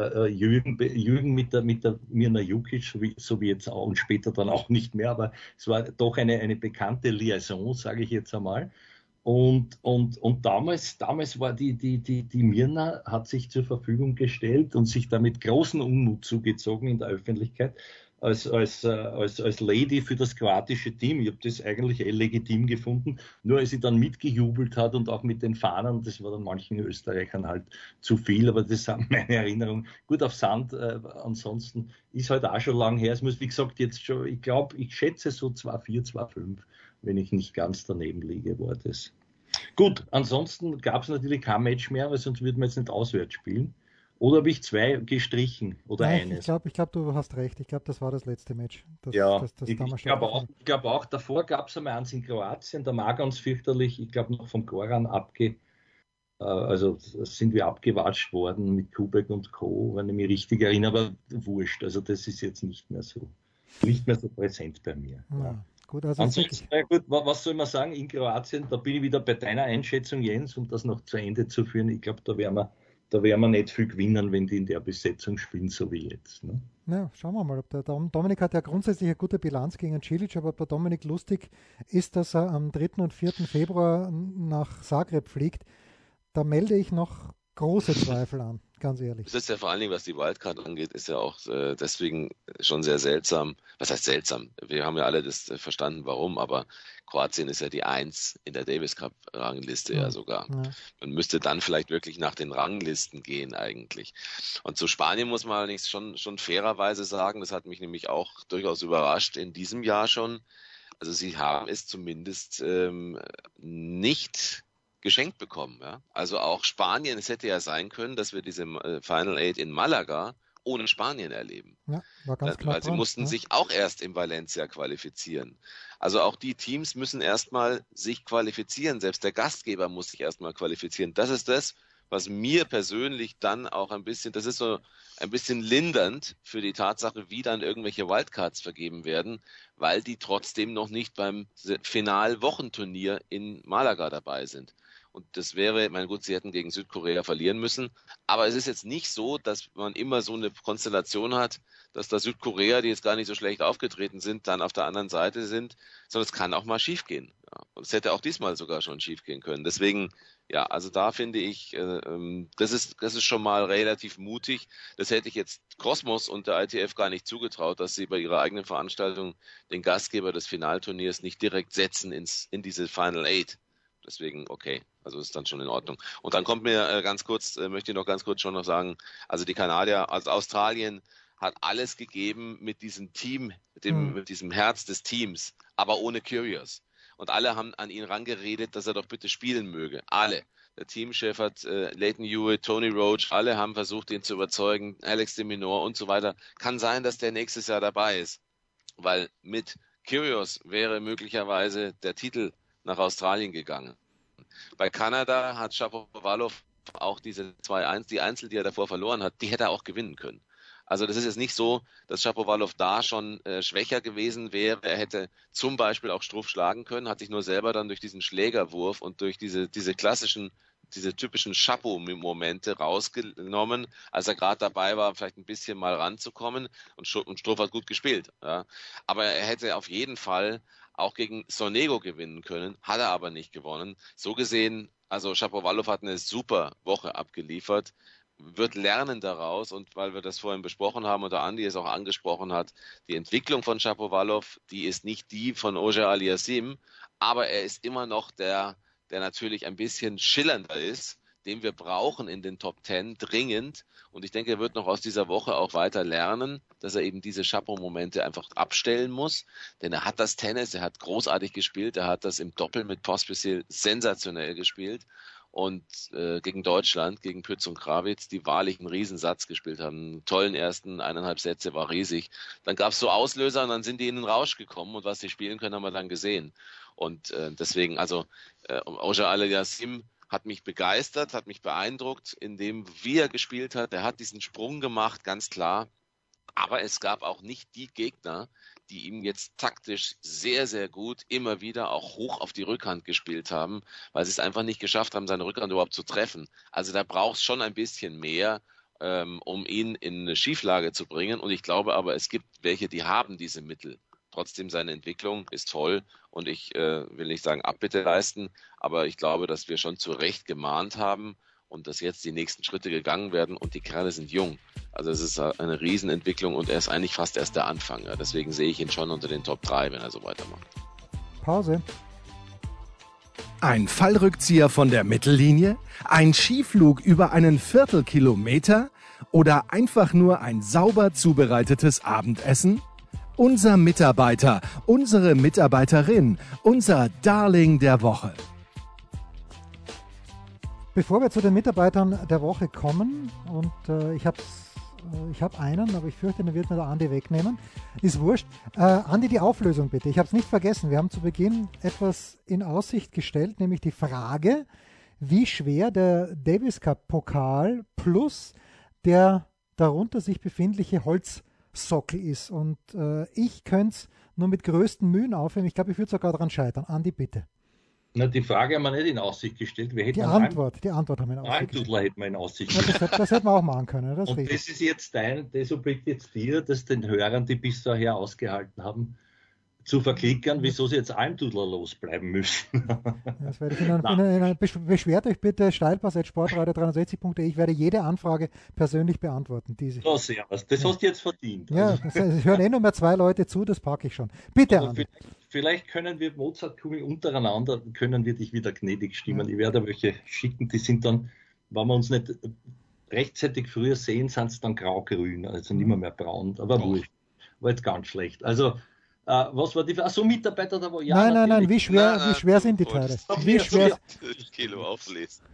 Speaker 5: Jürgen mit der Mirna Jukic, so wie jetzt auch und später dann auch nicht mehr, aber es war doch eine bekannte Liaison, sage ich jetzt einmal. Und damals war die Mirna hat sich zur Verfügung gestellt und sich damit großen Unmut zugezogen in der Öffentlichkeit als Lady für das kroatische Team. Ich habe das eigentlich legitim gefunden, nur als sie dann mitgejubelt hat und auch mit den Fahnen, das war dann manchen Österreichern halt zu viel, aber das sind meine Erinnerungen. Gut auf Sand, ansonsten ist halt auch schon lang her. Es muss, wie gesagt, jetzt schon, ich schätze so 2-4, 2-5, wenn ich nicht ganz daneben liege, war das. Gut, ansonsten gab es natürlich kein Match mehr, weil sonst würden wir jetzt nicht auswärts spielen. Oder habe ich 2 gestrichen oder
Speaker 3: Nein,
Speaker 5: eines?
Speaker 3: Ich glaube, du hast recht. Ich glaube, das war das letzte Match.
Speaker 5: Ich glaube auch, davor gab es einmal eins in Kroatien, da war ganz fürchterlich, ich glaube noch vom Goran also sind wir abgewatscht worden mit Kubek und Co., wenn ich mich richtig erinnere, aber wurscht. Also das ist jetzt nicht mehr so präsent bei mir.
Speaker 3: Ja. Gut, also
Speaker 5: ansonsten, gut, was soll man sagen, in Kroatien, da bin ich wieder bei deiner Einschätzung, Jens, um das noch zu Ende zu führen. Ich glaube, da werden wir nicht viel gewinnen, wenn die in der Besetzung spielen, so wie jetzt. Ne?
Speaker 3: Ja, schauen wir mal. Ob der Dominik hat ja grundsätzlich eine gute Bilanz gegen Cilic, aber ob der Dominik lustig ist, dass er am 3. und 4. Februar nach Zagreb fliegt, da melde ich noch große Zweifel an, ganz ehrlich.
Speaker 4: Das ist ja vor allen Dingen, was die Wildcard angeht, ist ja auch deswegen schon sehr seltsam. Was heißt seltsam? Wir haben ja alle das verstanden, warum, aber Kroatien ist ja die 1 in der Davis Cup Rangliste ja sogar. Ja. Man müsste dann vielleicht wirklich nach den Ranglisten gehen eigentlich. Und zu Spanien muss man allerdings schon fairerweise sagen, das hat mich nämlich auch durchaus überrascht in diesem Jahr schon. Also sie haben es zumindest nicht geschenkt bekommen. Ja? Also auch Spanien, es hätte ja sein können, dass wir diese Final 8 in Malaga ohne Spanien erleben.
Speaker 3: Ja, war ganz klar.
Speaker 4: Weil sie mussten sich auch erst in Valencia qualifizieren. Also auch die Teams müssen erstmal sich qualifizieren. Selbst der Gastgeber muss sich erstmal qualifizieren. Das ist das, was mir persönlich dann auch das ist so ein bisschen lindernd für die Tatsache, wie dann irgendwelche Wildcards vergeben werden, weil die trotzdem noch nicht beim Final-Wochenturnier in Malaga dabei sind. Und das wäre, gut, sie hätten gegen Südkorea verlieren müssen. Aber es ist jetzt nicht so, dass man immer so eine Konstellation hat, dass da Südkorea, die jetzt gar nicht so schlecht aufgetreten sind, dann auf der anderen Seite sind, sondern es kann auch mal schiefgehen. Ja. Und es hätte auch diesmal sogar schon schiefgehen können. Deswegen, ja, also da finde ich, das ist schon mal relativ mutig. Das hätte ich jetzt Kosmos und der ITF gar nicht zugetraut, dass sie bei ihrer eigenen Veranstaltung den Gastgeber des Finalturniers nicht direkt setzen in diese Final 8. Deswegen, okay, also ist dann schon in Ordnung. Und dann kommt mir möchte ich noch ganz kurz schon noch sagen, also die Kanadier, also Australien hat alles gegeben mit diesem Team, mit diesem Herz des Teams, aber ohne Kyrgios. Und alle haben an ihn rangeredet, dass er doch bitte spielen möge. Alle. Der Teamchef hat Lleyton Hewitt, Tony Roach, alle haben versucht, ihn zu überzeugen, Alex de Minaur und so weiter. Kann sein, dass der nächstes Jahr dabei ist, weil mit Kyrgios wäre möglicherweise der Titel nach Australien gegangen. Bei Kanada hat Shapovalov auch diese 2-1, die Einzel, die er davor verloren hat, die hätte er auch gewinnen können. Also das ist jetzt nicht so, dass Shapovalov da schon schwächer gewesen wäre. Er hätte zum Beispiel auch Struff schlagen können, hat sich nur selber dann durch diesen Schlägerwurf und durch diese typischen Chapeau-Momente rausgenommen, als er gerade dabei war, vielleicht ein bisschen mal ranzukommen, und Struff hat gut gespielt. Ja. Aber er hätte auf jeden Fall auch gegen Sonego gewinnen können, hat er aber nicht gewonnen. So gesehen, also Shapovalov hat eine super Woche abgeliefert, wird lernen daraus, und weil wir das vorhin besprochen haben und der Andi es auch angesprochen hat, die Entwicklung von Shapovalov, die ist nicht die von Auger Aliassime, aber er ist immer noch der natürlich ein bisschen schillernder ist, den wir brauchen in den Top 10 dringend. Und ich denke, er wird noch aus dieser Woche auch weiter lernen, dass er eben diese Chapeau-Momente einfach abstellen muss. Denn er hat das Tennis, er hat großartig gespielt, er hat das im Doppel mit Pospisil sensationell gespielt. Und gegen Deutschland, gegen Pütz und Krawitz, die wahrlich einen Riesensatz gespielt haben. Einen tollen ersten 1,5 Sätze, war riesig. Dann gab es so Auslöser und dann sind die in den Rausch gekommen und was sie spielen können, haben wir dann gesehen. Und deswegen, also Auger Aliassime hat mich begeistert, hat mich beeindruckt, in dem, wie er gespielt hat. Er hat diesen Sprung gemacht, ganz klar. Aber es gab auch nicht die Gegner, die ihm jetzt taktisch sehr, sehr gut immer wieder auch hoch auf die Rückhand gespielt haben, weil sie es einfach nicht geschafft haben, seine Rückhand überhaupt zu treffen. Also da braucht es schon ein bisschen mehr, um ihn in eine Schieflage zu bringen. Und ich glaube aber, es gibt welche, die haben diese Mittel. Trotzdem, seine Entwicklung ist toll und ich will nicht sagen Abbitte leisten, aber ich glaube, dass wir schon zu Recht gemahnt haben und dass jetzt die nächsten Schritte gegangen werden und die Kerle sind jung. Also es ist eine Riesenentwicklung und er ist eigentlich fast erst der Anfang. Ja. Deswegen sehe ich ihn schon unter den Top 3, wenn er so weitermacht.
Speaker 3: Pause.
Speaker 2: Ein Fallrückzieher von der Mittellinie? Ein Skiflug über einen Viertelkilometer? Oder einfach nur ein sauber zubereitetes Abendessen? Unser Mitarbeiter, unsere Mitarbeiterin, unser Darling der Woche.
Speaker 3: Bevor wir zu den Mitarbeitern der Woche kommen, und ich habe einen, aber ich fürchte, den wird mir der Andi wegnehmen. Ist wurscht. Andi, die Auflösung bitte. Ich habe es nicht vergessen. Wir haben zu Beginn etwas in Aussicht gestellt, nämlich die Frage, wie schwer der Davis Cup Pokal plus der darunter sich befindliche Holzsockel ist. Und ich könnte es nur mit größten Mühen aufheben. Ich glaube, ich würde sogar daran scheitern. Andi, bitte.
Speaker 5: Na, die Frage haben wir nicht in Aussicht gestellt.
Speaker 3: Die Antwort haben wir in Aussicht gestellt.
Speaker 5: Almdudler hätten wir in Aussicht
Speaker 3: gestellt. Das hätten wir auch machen können. Das
Speaker 5: und das ist jetzt das obliegt jetzt dir, das den Hörern, die bis daher ausgehalten haben, zu verklickern, wieso sie jetzt Almdudler losbleiben müssen.
Speaker 3: Das werde ich beschwert euch bitte, steilpass@sportradio360.de. Ich werde jede Anfrage persönlich beantworten.
Speaker 5: So, servus. Das hast du jetzt verdient.
Speaker 3: Ja, es hören nur mehr 2 Leute zu, das packe ich schon. Bitte, Andi.
Speaker 5: Vielleicht können wir Mozartkugel untereinander, können wir dich wieder gnädig stimmen. Ich werde welche schicken, die sind dann, wenn wir uns nicht rechtzeitig früher sehen, sind es dann grau-grün, also nicht mehr braun, aber wurscht. War jetzt ganz schlecht. Also, was war die Frage? Achso, Mitarbeiter da wo? Ja,
Speaker 3: nein, wie schwer sind die Teile? Wie schwer?
Speaker 4: Kilo auflesen.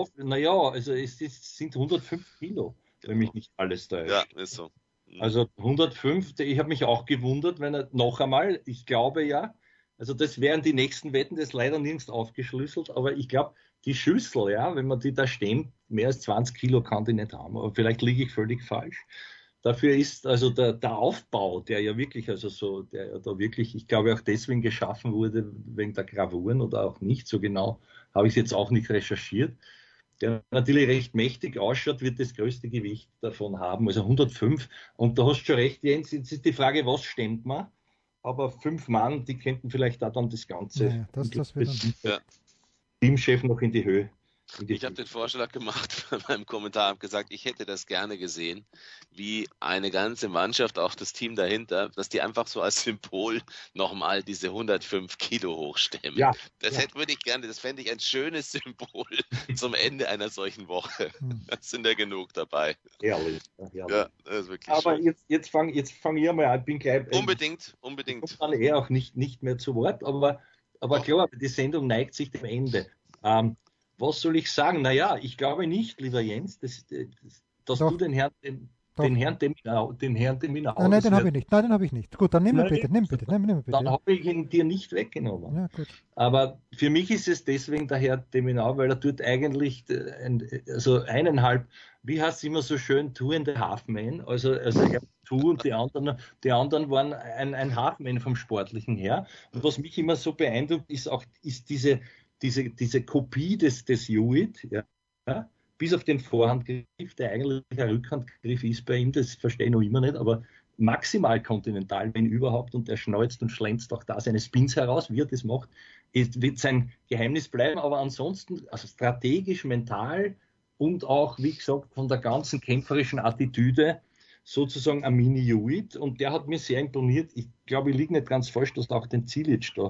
Speaker 5: Also es sind 105 Kilo, wenn mich nicht alles täuscht.
Speaker 4: Ja, ist so.
Speaker 5: Also 105, ich habe mich auch gewundert, wenn er noch einmal, ich glaube ja, also das wären die nächsten Wetten, das ist leider nirgends aufgeschlüsselt, aber ich glaube, die Schüssel, ja, wenn man die da stemmt, mehr als 20 Kilo kann die nicht haben, aber vielleicht liege ich völlig falsch. Dafür ist also der Aufbau, der ja wirklich, also so, der ja da wirklich, ich glaube auch deswegen geschaffen wurde, wegen der Gravuren oder auch nicht, so genau habe ich es jetzt auch nicht recherchiert, der natürlich recht mächtig ausschaut, wird das größte Gewicht davon haben, also 105. Und da hast du schon recht, Jens, jetzt ist die Frage, was stemmt man? Aber 5 Mann, die könnten vielleicht da dann das Ganze,
Speaker 3: ja, das wird dann.
Speaker 5: Teamchef noch in die Höhe.
Speaker 4: Ich habe den Vorschlag gemacht bei meinem Kommentar, habe gesagt, ich hätte das gerne gesehen, wie eine ganze Mannschaft, auch das Team dahinter, dass die einfach so als Symbol nochmal diese 105 Kilo hochstemmen.
Speaker 5: Ja,
Speaker 4: würde ich gerne, das fände ich ein schönes Symbol zum Ende einer solchen Woche. Da sind ja genug dabei.
Speaker 5: Herrlich.
Speaker 4: Ja, das ist wirklich
Speaker 5: aber
Speaker 4: schön.
Speaker 5: jetzt fang ich mal an, ich bin gleich...
Speaker 4: Unbedingt.
Speaker 5: Ich komme dann auch nicht mehr zu Wort, aber klar, die Sendung neigt sich dem Ende. Was soll ich sagen? Naja, ich glaube nicht, lieber Jens, dass du den Herrn Deminau... Nein,
Speaker 3: den habe ich nicht. Gut, dann nimm bitte.
Speaker 5: Dann habe ich ihn dir nicht weggenommen.
Speaker 3: Ja, gut.
Speaker 5: Aber für mich ist es deswegen der Herr Deminau, weil er tut eigentlich eineinhalb, wie heißt es immer so schön, Two and a Half Men, also er Two und die anderen waren ein Halfman vom Sportlichen her. Und was mich immer so beeindruckt, ist diese Kopie des Hewitt, ja, bis auf den Vorhandgriff, der eigentlich ein Rückhandgriff ist bei ihm, das verstehe ich noch immer nicht, aber maximal kontinental, wenn überhaupt, und er schneuzt und schlänzt auch da seine Spins heraus, wie er das macht, wird sein Geheimnis bleiben, aber ansonsten, also strategisch, mental und auch, wie gesagt, von der ganzen kämpferischen Attitüde sozusagen ein Mini-Hewitt, und der hat mir sehr imponiert. Ich glaube, ich liege nicht ganz falsch, dass du auch den Cilic da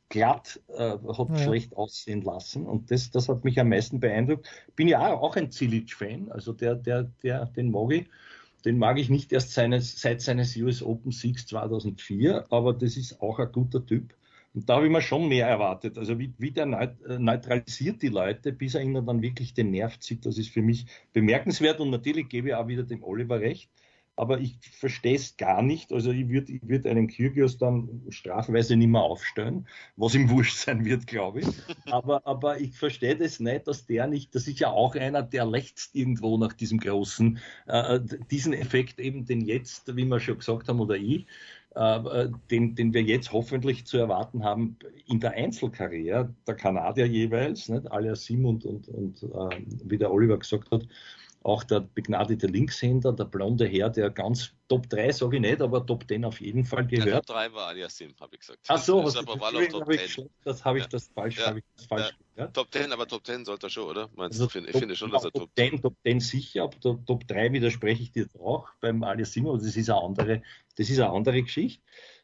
Speaker 5: glatt, hat schlecht aussehen lassen. Und das hat mich am meisten beeindruckt. Bin ja auch ein Cilic-Fan, also den mag ich. Den mag ich nicht erst seit seines US Open Siegs 2004, aber das ist auch ein guter Typ. Und da habe ich mir schon mehr erwartet. Also wie der neutralisiert die Leute, bis er ihnen dann wirklich den Nerv zieht, das ist für mich bemerkenswert. Und natürlich gebe ich auch wieder dem Oliver recht. Aber ich verstehe es gar nicht. Also ich würd einen Kyrgios dann strafweise nicht mehr aufstellen, was ihm wurscht sein wird, glaube ich. Aber ich verstehe das nicht, dass der nicht, das ist ja auch einer, der lechzt irgendwo nach diesem großen, diesen Effekt eben, den jetzt, wie wir schon gesagt haben, oder ich, den wir jetzt hoffentlich zu erwarten haben in der Einzelkarriere, der Kanadier jeweils, nicht? Aliassime und wie der Oliver gesagt hat, auch der begnadete Linkshänder, der blonde Herr, der ganz Top 3, sage ich nicht, aber Top 10 auf jeden Fall gehört.
Speaker 4: Ja, Top 3 war Aliassime, habe ich gesagt.
Speaker 5: Ach so,
Speaker 4: das
Speaker 5: habe ich das falsch
Speaker 4: gehört. Top 10, aber Top 10 sollte er schon, oder? Meinst du? Ich finde schon, dass er
Speaker 5: Top 10 sicher, aber Top 3 widerspreche ich dir auch beim Aliassime, aber das ist eine andere Geschichte.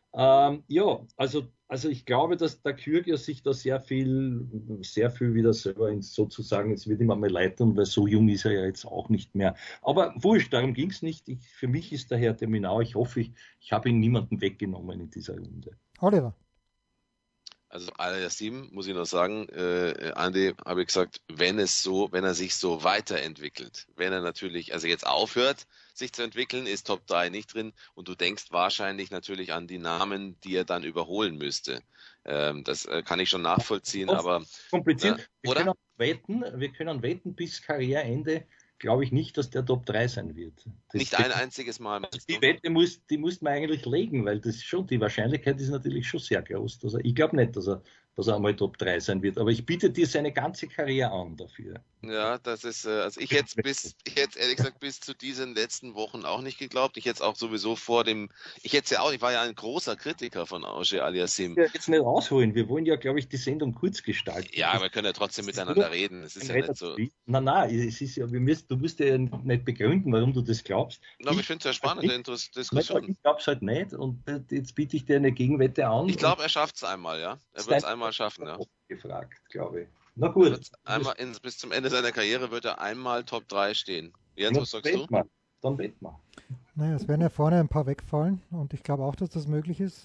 Speaker 5: Also ich glaube, dass der Kyrgios sich da sehr viel wieder selber sozusagen, es wird ihm einmal leid tun, weil so jung ist er ja jetzt auch nicht mehr. Aber wurscht, darum ging es nicht. Für mich ist der Herr Terminau, ich hoffe, ich habe ihn niemanden weggenommen in dieser Runde.
Speaker 3: Oliver.
Speaker 4: Also Aliassime, muss ich noch sagen, Andi, habe ich gesagt, wenn er sich so weiterentwickelt, wenn er natürlich, also jetzt aufhört, sich zu entwickeln, ist Top 3 nicht drin und du denkst wahrscheinlich natürlich an die Namen, die er dann überholen müsste. Das kann ich schon nachvollziehen, aber...
Speaker 5: Kompliziert. Wir können wetten bis Karriereende, glaube ich nicht, dass der Top 3 sein wird.
Speaker 4: Nicht ein einziges Mal.
Speaker 5: Die Wette muss man eigentlich legen, weil das schon, die Wahrscheinlichkeit ist natürlich schon sehr groß. Ich glaube nicht, dass er einmal Top 3 sein wird, aber ich biete dir seine ganze Karriere an dafür.
Speaker 4: Ja, das ist, also ich hätte ehrlich gesagt bis zu diesen letzten Wochen auch nicht geglaubt. Ich hätte es auch sowieso ich war ja ein großer Kritiker von Auger Aliassime.
Speaker 5: Ja, jetzt nicht rausholen, wir wollen ja, glaube ich, die Sendung kurz gestalten.
Speaker 4: Ja, wir können ja trotzdem miteinander reden. Es ist ja nicht so.
Speaker 5: Nein, es ist ja, du musst ja nicht begründen, warum du das glaubst.
Speaker 4: Aber ich finde es ja spannend, Diskussion.
Speaker 5: Ich glaube es halt nicht und jetzt biete ich dir eine Gegenwette an.
Speaker 4: Ich glaube, er schafft es einmal, ja. Er wird es einmal schaffen, ja.
Speaker 5: Gefragt, glaube ich. Na gut.
Speaker 4: Bis zum Ende seiner Karriere wird er einmal Top 3 stehen. Jens, was sagst du?
Speaker 5: Dann wetten wir.
Speaker 3: Naja, es werden ja vorne ein paar wegfallen und ich glaube auch, dass das möglich ist.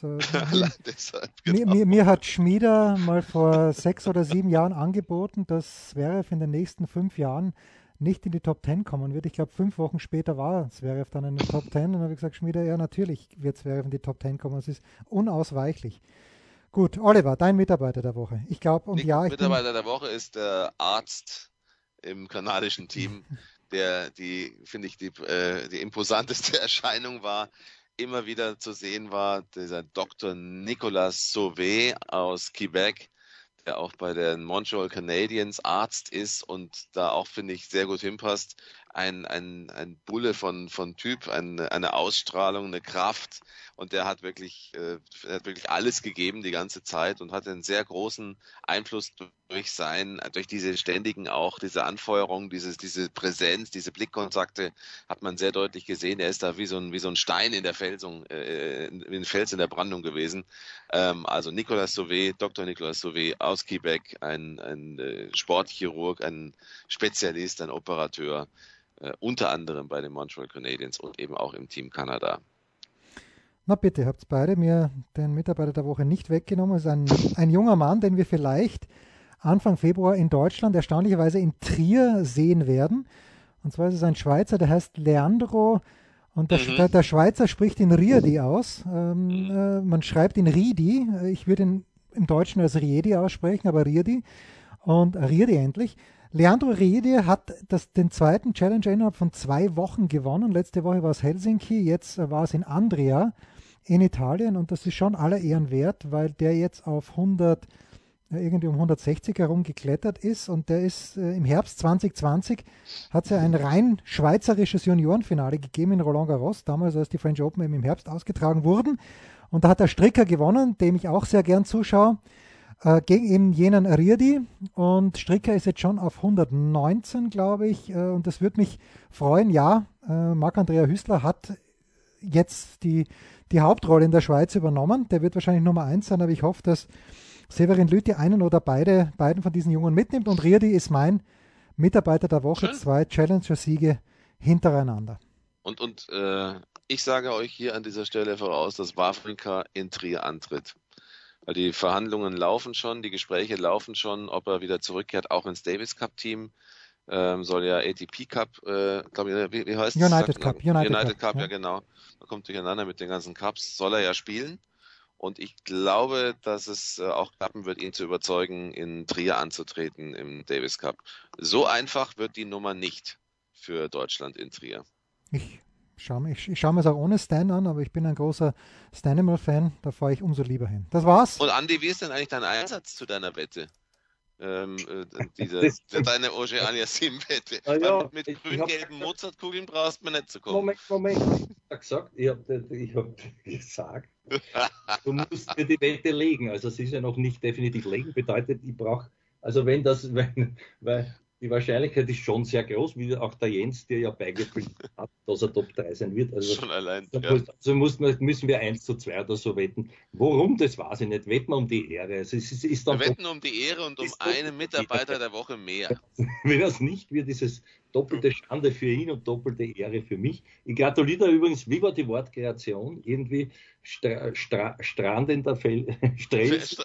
Speaker 4: Genau.
Speaker 3: Mir hat Schmieder mal vor 6 oder 7 Jahren angeboten, dass Zverev in den nächsten 5 Jahren nicht in die Top 10 kommen wird. Ich glaube, 5 Wochen später war Zverev dann in der Top 10 und dann habe ich gesagt, Schmieder, ja natürlich wird Zverev in die Top 10 kommen. Es ist unausweichlich. Gut, Oliver, dein Mitarbeiter der Woche. Ich glaube,
Speaker 4: Mitarbeiter der Woche ist der Arzt im kanadischen Team, der die imposanteste Erscheinung war, immer wieder zu sehen war, dieser Dr. Nicolas Sauvé aus Quebec, der auch bei den Montreal Canadiens Arzt ist und da auch, finde ich, sehr gut hinpasst. Ein Bulle von Typ, eine Ausstrahlung, eine Kraft und der hat wirklich alles gegeben die ganze Zeit und hat einen sehr großen Einfluss durch diese ständigen auch, diese Anfeuerung, diese Präsenz, diese Blickkontakte hat man sehr deutlich gesehen. Er ist da wie so ein Stein in der Felsung, wie ein Fels in der Brandung gewesen. Also Dr. Nicolas Sauvé aus Quebec, ein Sportchirurg, ein Spezialist, ein Operateur, unter anderem bei den Montreal Canadiens und eben auch im Team Kanada.
Speaker 3: Na bitte, habt beide mir den Mitarbeiter der Woche nicht weggenommen. Es ist ein junger Mann, den wir vielleicht Anfang Februar in Deutschland erstaunlicherweise in Trier sehen werden. Und zwar ist es ein Schweizer, der heißt Leandro und der Schweizer spricht ihn Riedi aus. Man schreibt ihn Riedi. Ich würde ihn im Deutschen als Riedi aussprechen, aber Riedi. Und Riedi endlich. Leandro Riedi hat den zweiten Challenger innerhalb von 2 Wochen gewonnen. Letzte Woche war es Helsinki, jetzt war es in Andria in Italien und das ist schon aller Ehren wert, weil der jetzt auf 160 herum geklettert ist und der ist im Herbst 2020 hat es ja ein rein schweizerisches Juniorenfinale gegeben in Roland Garros, damals als die French Open eben im Herbst ausgetragen wurden und da hat der Stricker gewonnen, dem ich auch sehr gern zuschaue. Gegen eben jenen Riedi und Stricker ist jetzt schon auf 119, glaube ich, und das würde mich freuen. Ja, Marc-Andrea Hüßler hat jetzt die Hauptrolle in der Schweiz übernommen. Der wird wahrscheinlich Nummer 1 sein, aber ich hoffe, dass Severin Lüthi einen oder beiden von diesen Jungen mitnimmt. Und Riedi ist mein Mitarbeiter der Woche.
Speaker 4: Schön.
Speaker 3: 2 Challenger-Siege hintereinander.
Speaker 4: Und ich sage euch hier an dieser Stelle voraus, dass Wawrinka in Trier antritt. Weil die Verhandlungen laufen schon, die Gespräche laufen schon, ob er wieder zurückkehrt, auch ins Davis Cup Team. Soll ja ATP Cup, glaube ich, wie heißt es?
Speaker 3: United Cup.
Speaker 4: United Cup, ja genau. Man kommt durcheinander mit den ganzen Cups, soll er ja spielen. Und ich glaube, dass es auch klappen wird, ihn zu überzeugen, in Trier anzutreten im Davis Cup. So einfach wird die Nummer nicht für Deutschland in Trier.
Speaker 3: Ich schaue mir es auch ohne Stan an, aber ich bin ein großer Stanimal-Fan, da fahre ich umso lieber hin. Das war's.
Speaker 4: Und Andi, wie ist denn eigentlich dein Einsatz zu deiner Wette? Deine Oceania Sim-Wette.
Speaker 5: Ja,
Speaker 4: mit grün-gelben Mozartkugeln brauchst du mir nicht zu kommen.
Speaker 5: Moment. Ich hab gesagt, du musst mir die Wette legen. Also es ist ja noch nicht definitiv legen, bedeutet, ich brauche, also weil die Wahrscheinlichkeit ist schon sehr groß, wie auch der Jens dir ja beigepflichtet hat, dass er Top 3 sein wird. Also
Speaker 4: schon allein.
Speaker 5: Also müssen wir 1:2 oder so wetten. Worum, das weiß ich nicht. Wetten wir um die Ehre. Also wir
Speaker 4: wetten um die Ehre und um einen Mitarbeiter der Woche mehr.
Speaker 5: Wenn das nicht wird, ist es doppelte Schande für ihn und doppelte Ehre für mich. Ich gratuliere übrigens, wie war die Wortkreation? Irgendwie strandender Strels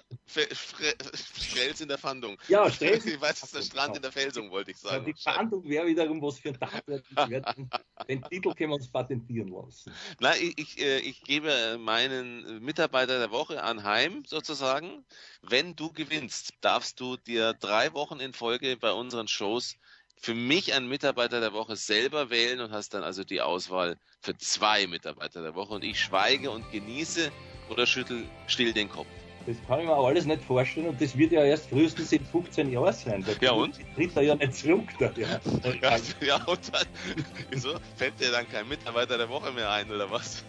Speaker 4: in der Fandung.
Speaker 5: Ja, Strels.
Speaker 4: Ich weiß, das ist der Strand in der Felsung, wollte ich sagen.
Speaker 5: Ja, die Fandung wäre wiederum was für ein Tag. Den Titel können wir uns patentieren lassen.
Speaker 4: Nein, ich gebe meinen Mitarbeiter der Woche anheim, sozusagen. Wenn du gewinnst, darfst du dir 3 Wochen in Folge bei unseren Shows für mich einen Mitarbeiter der Woche selber wählen und hast dann also die Auswahl für 2 Mitarbeiter der Woche. Und ich schweige und genieße oder schüttel still den Kopf.
Speaker 5: Das kann ich mir alles nicht vorstellen und das wird ja erst frühestens in 15 Jahren sein.
Speaker 4: Ja und?
Speaker 5: Tritt er ja nicht zurück.
Speaker 4: Ja, und dann, wieso? Fällt dir dann kein Mitarbeiter der Woche mehr ein, oder was?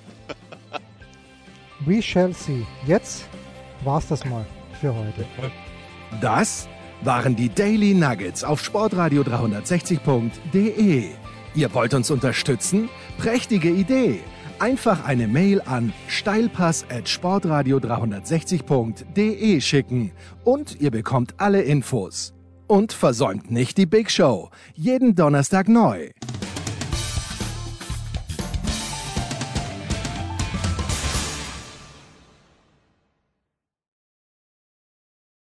Speaker 3: We shall see. Jetzt war's das mal für heute.
Speaker 2: Das waren die Daily Nuggets auf sportradio360.de. Ihr wollt uns unterstützen? Prächtige Idee! Einfach eine Mail an steilpass@sportradio360.de schicken und ihr bekommt alle Infos. Und versäumt nicht die Big Show. Jeden Donnerstag neu.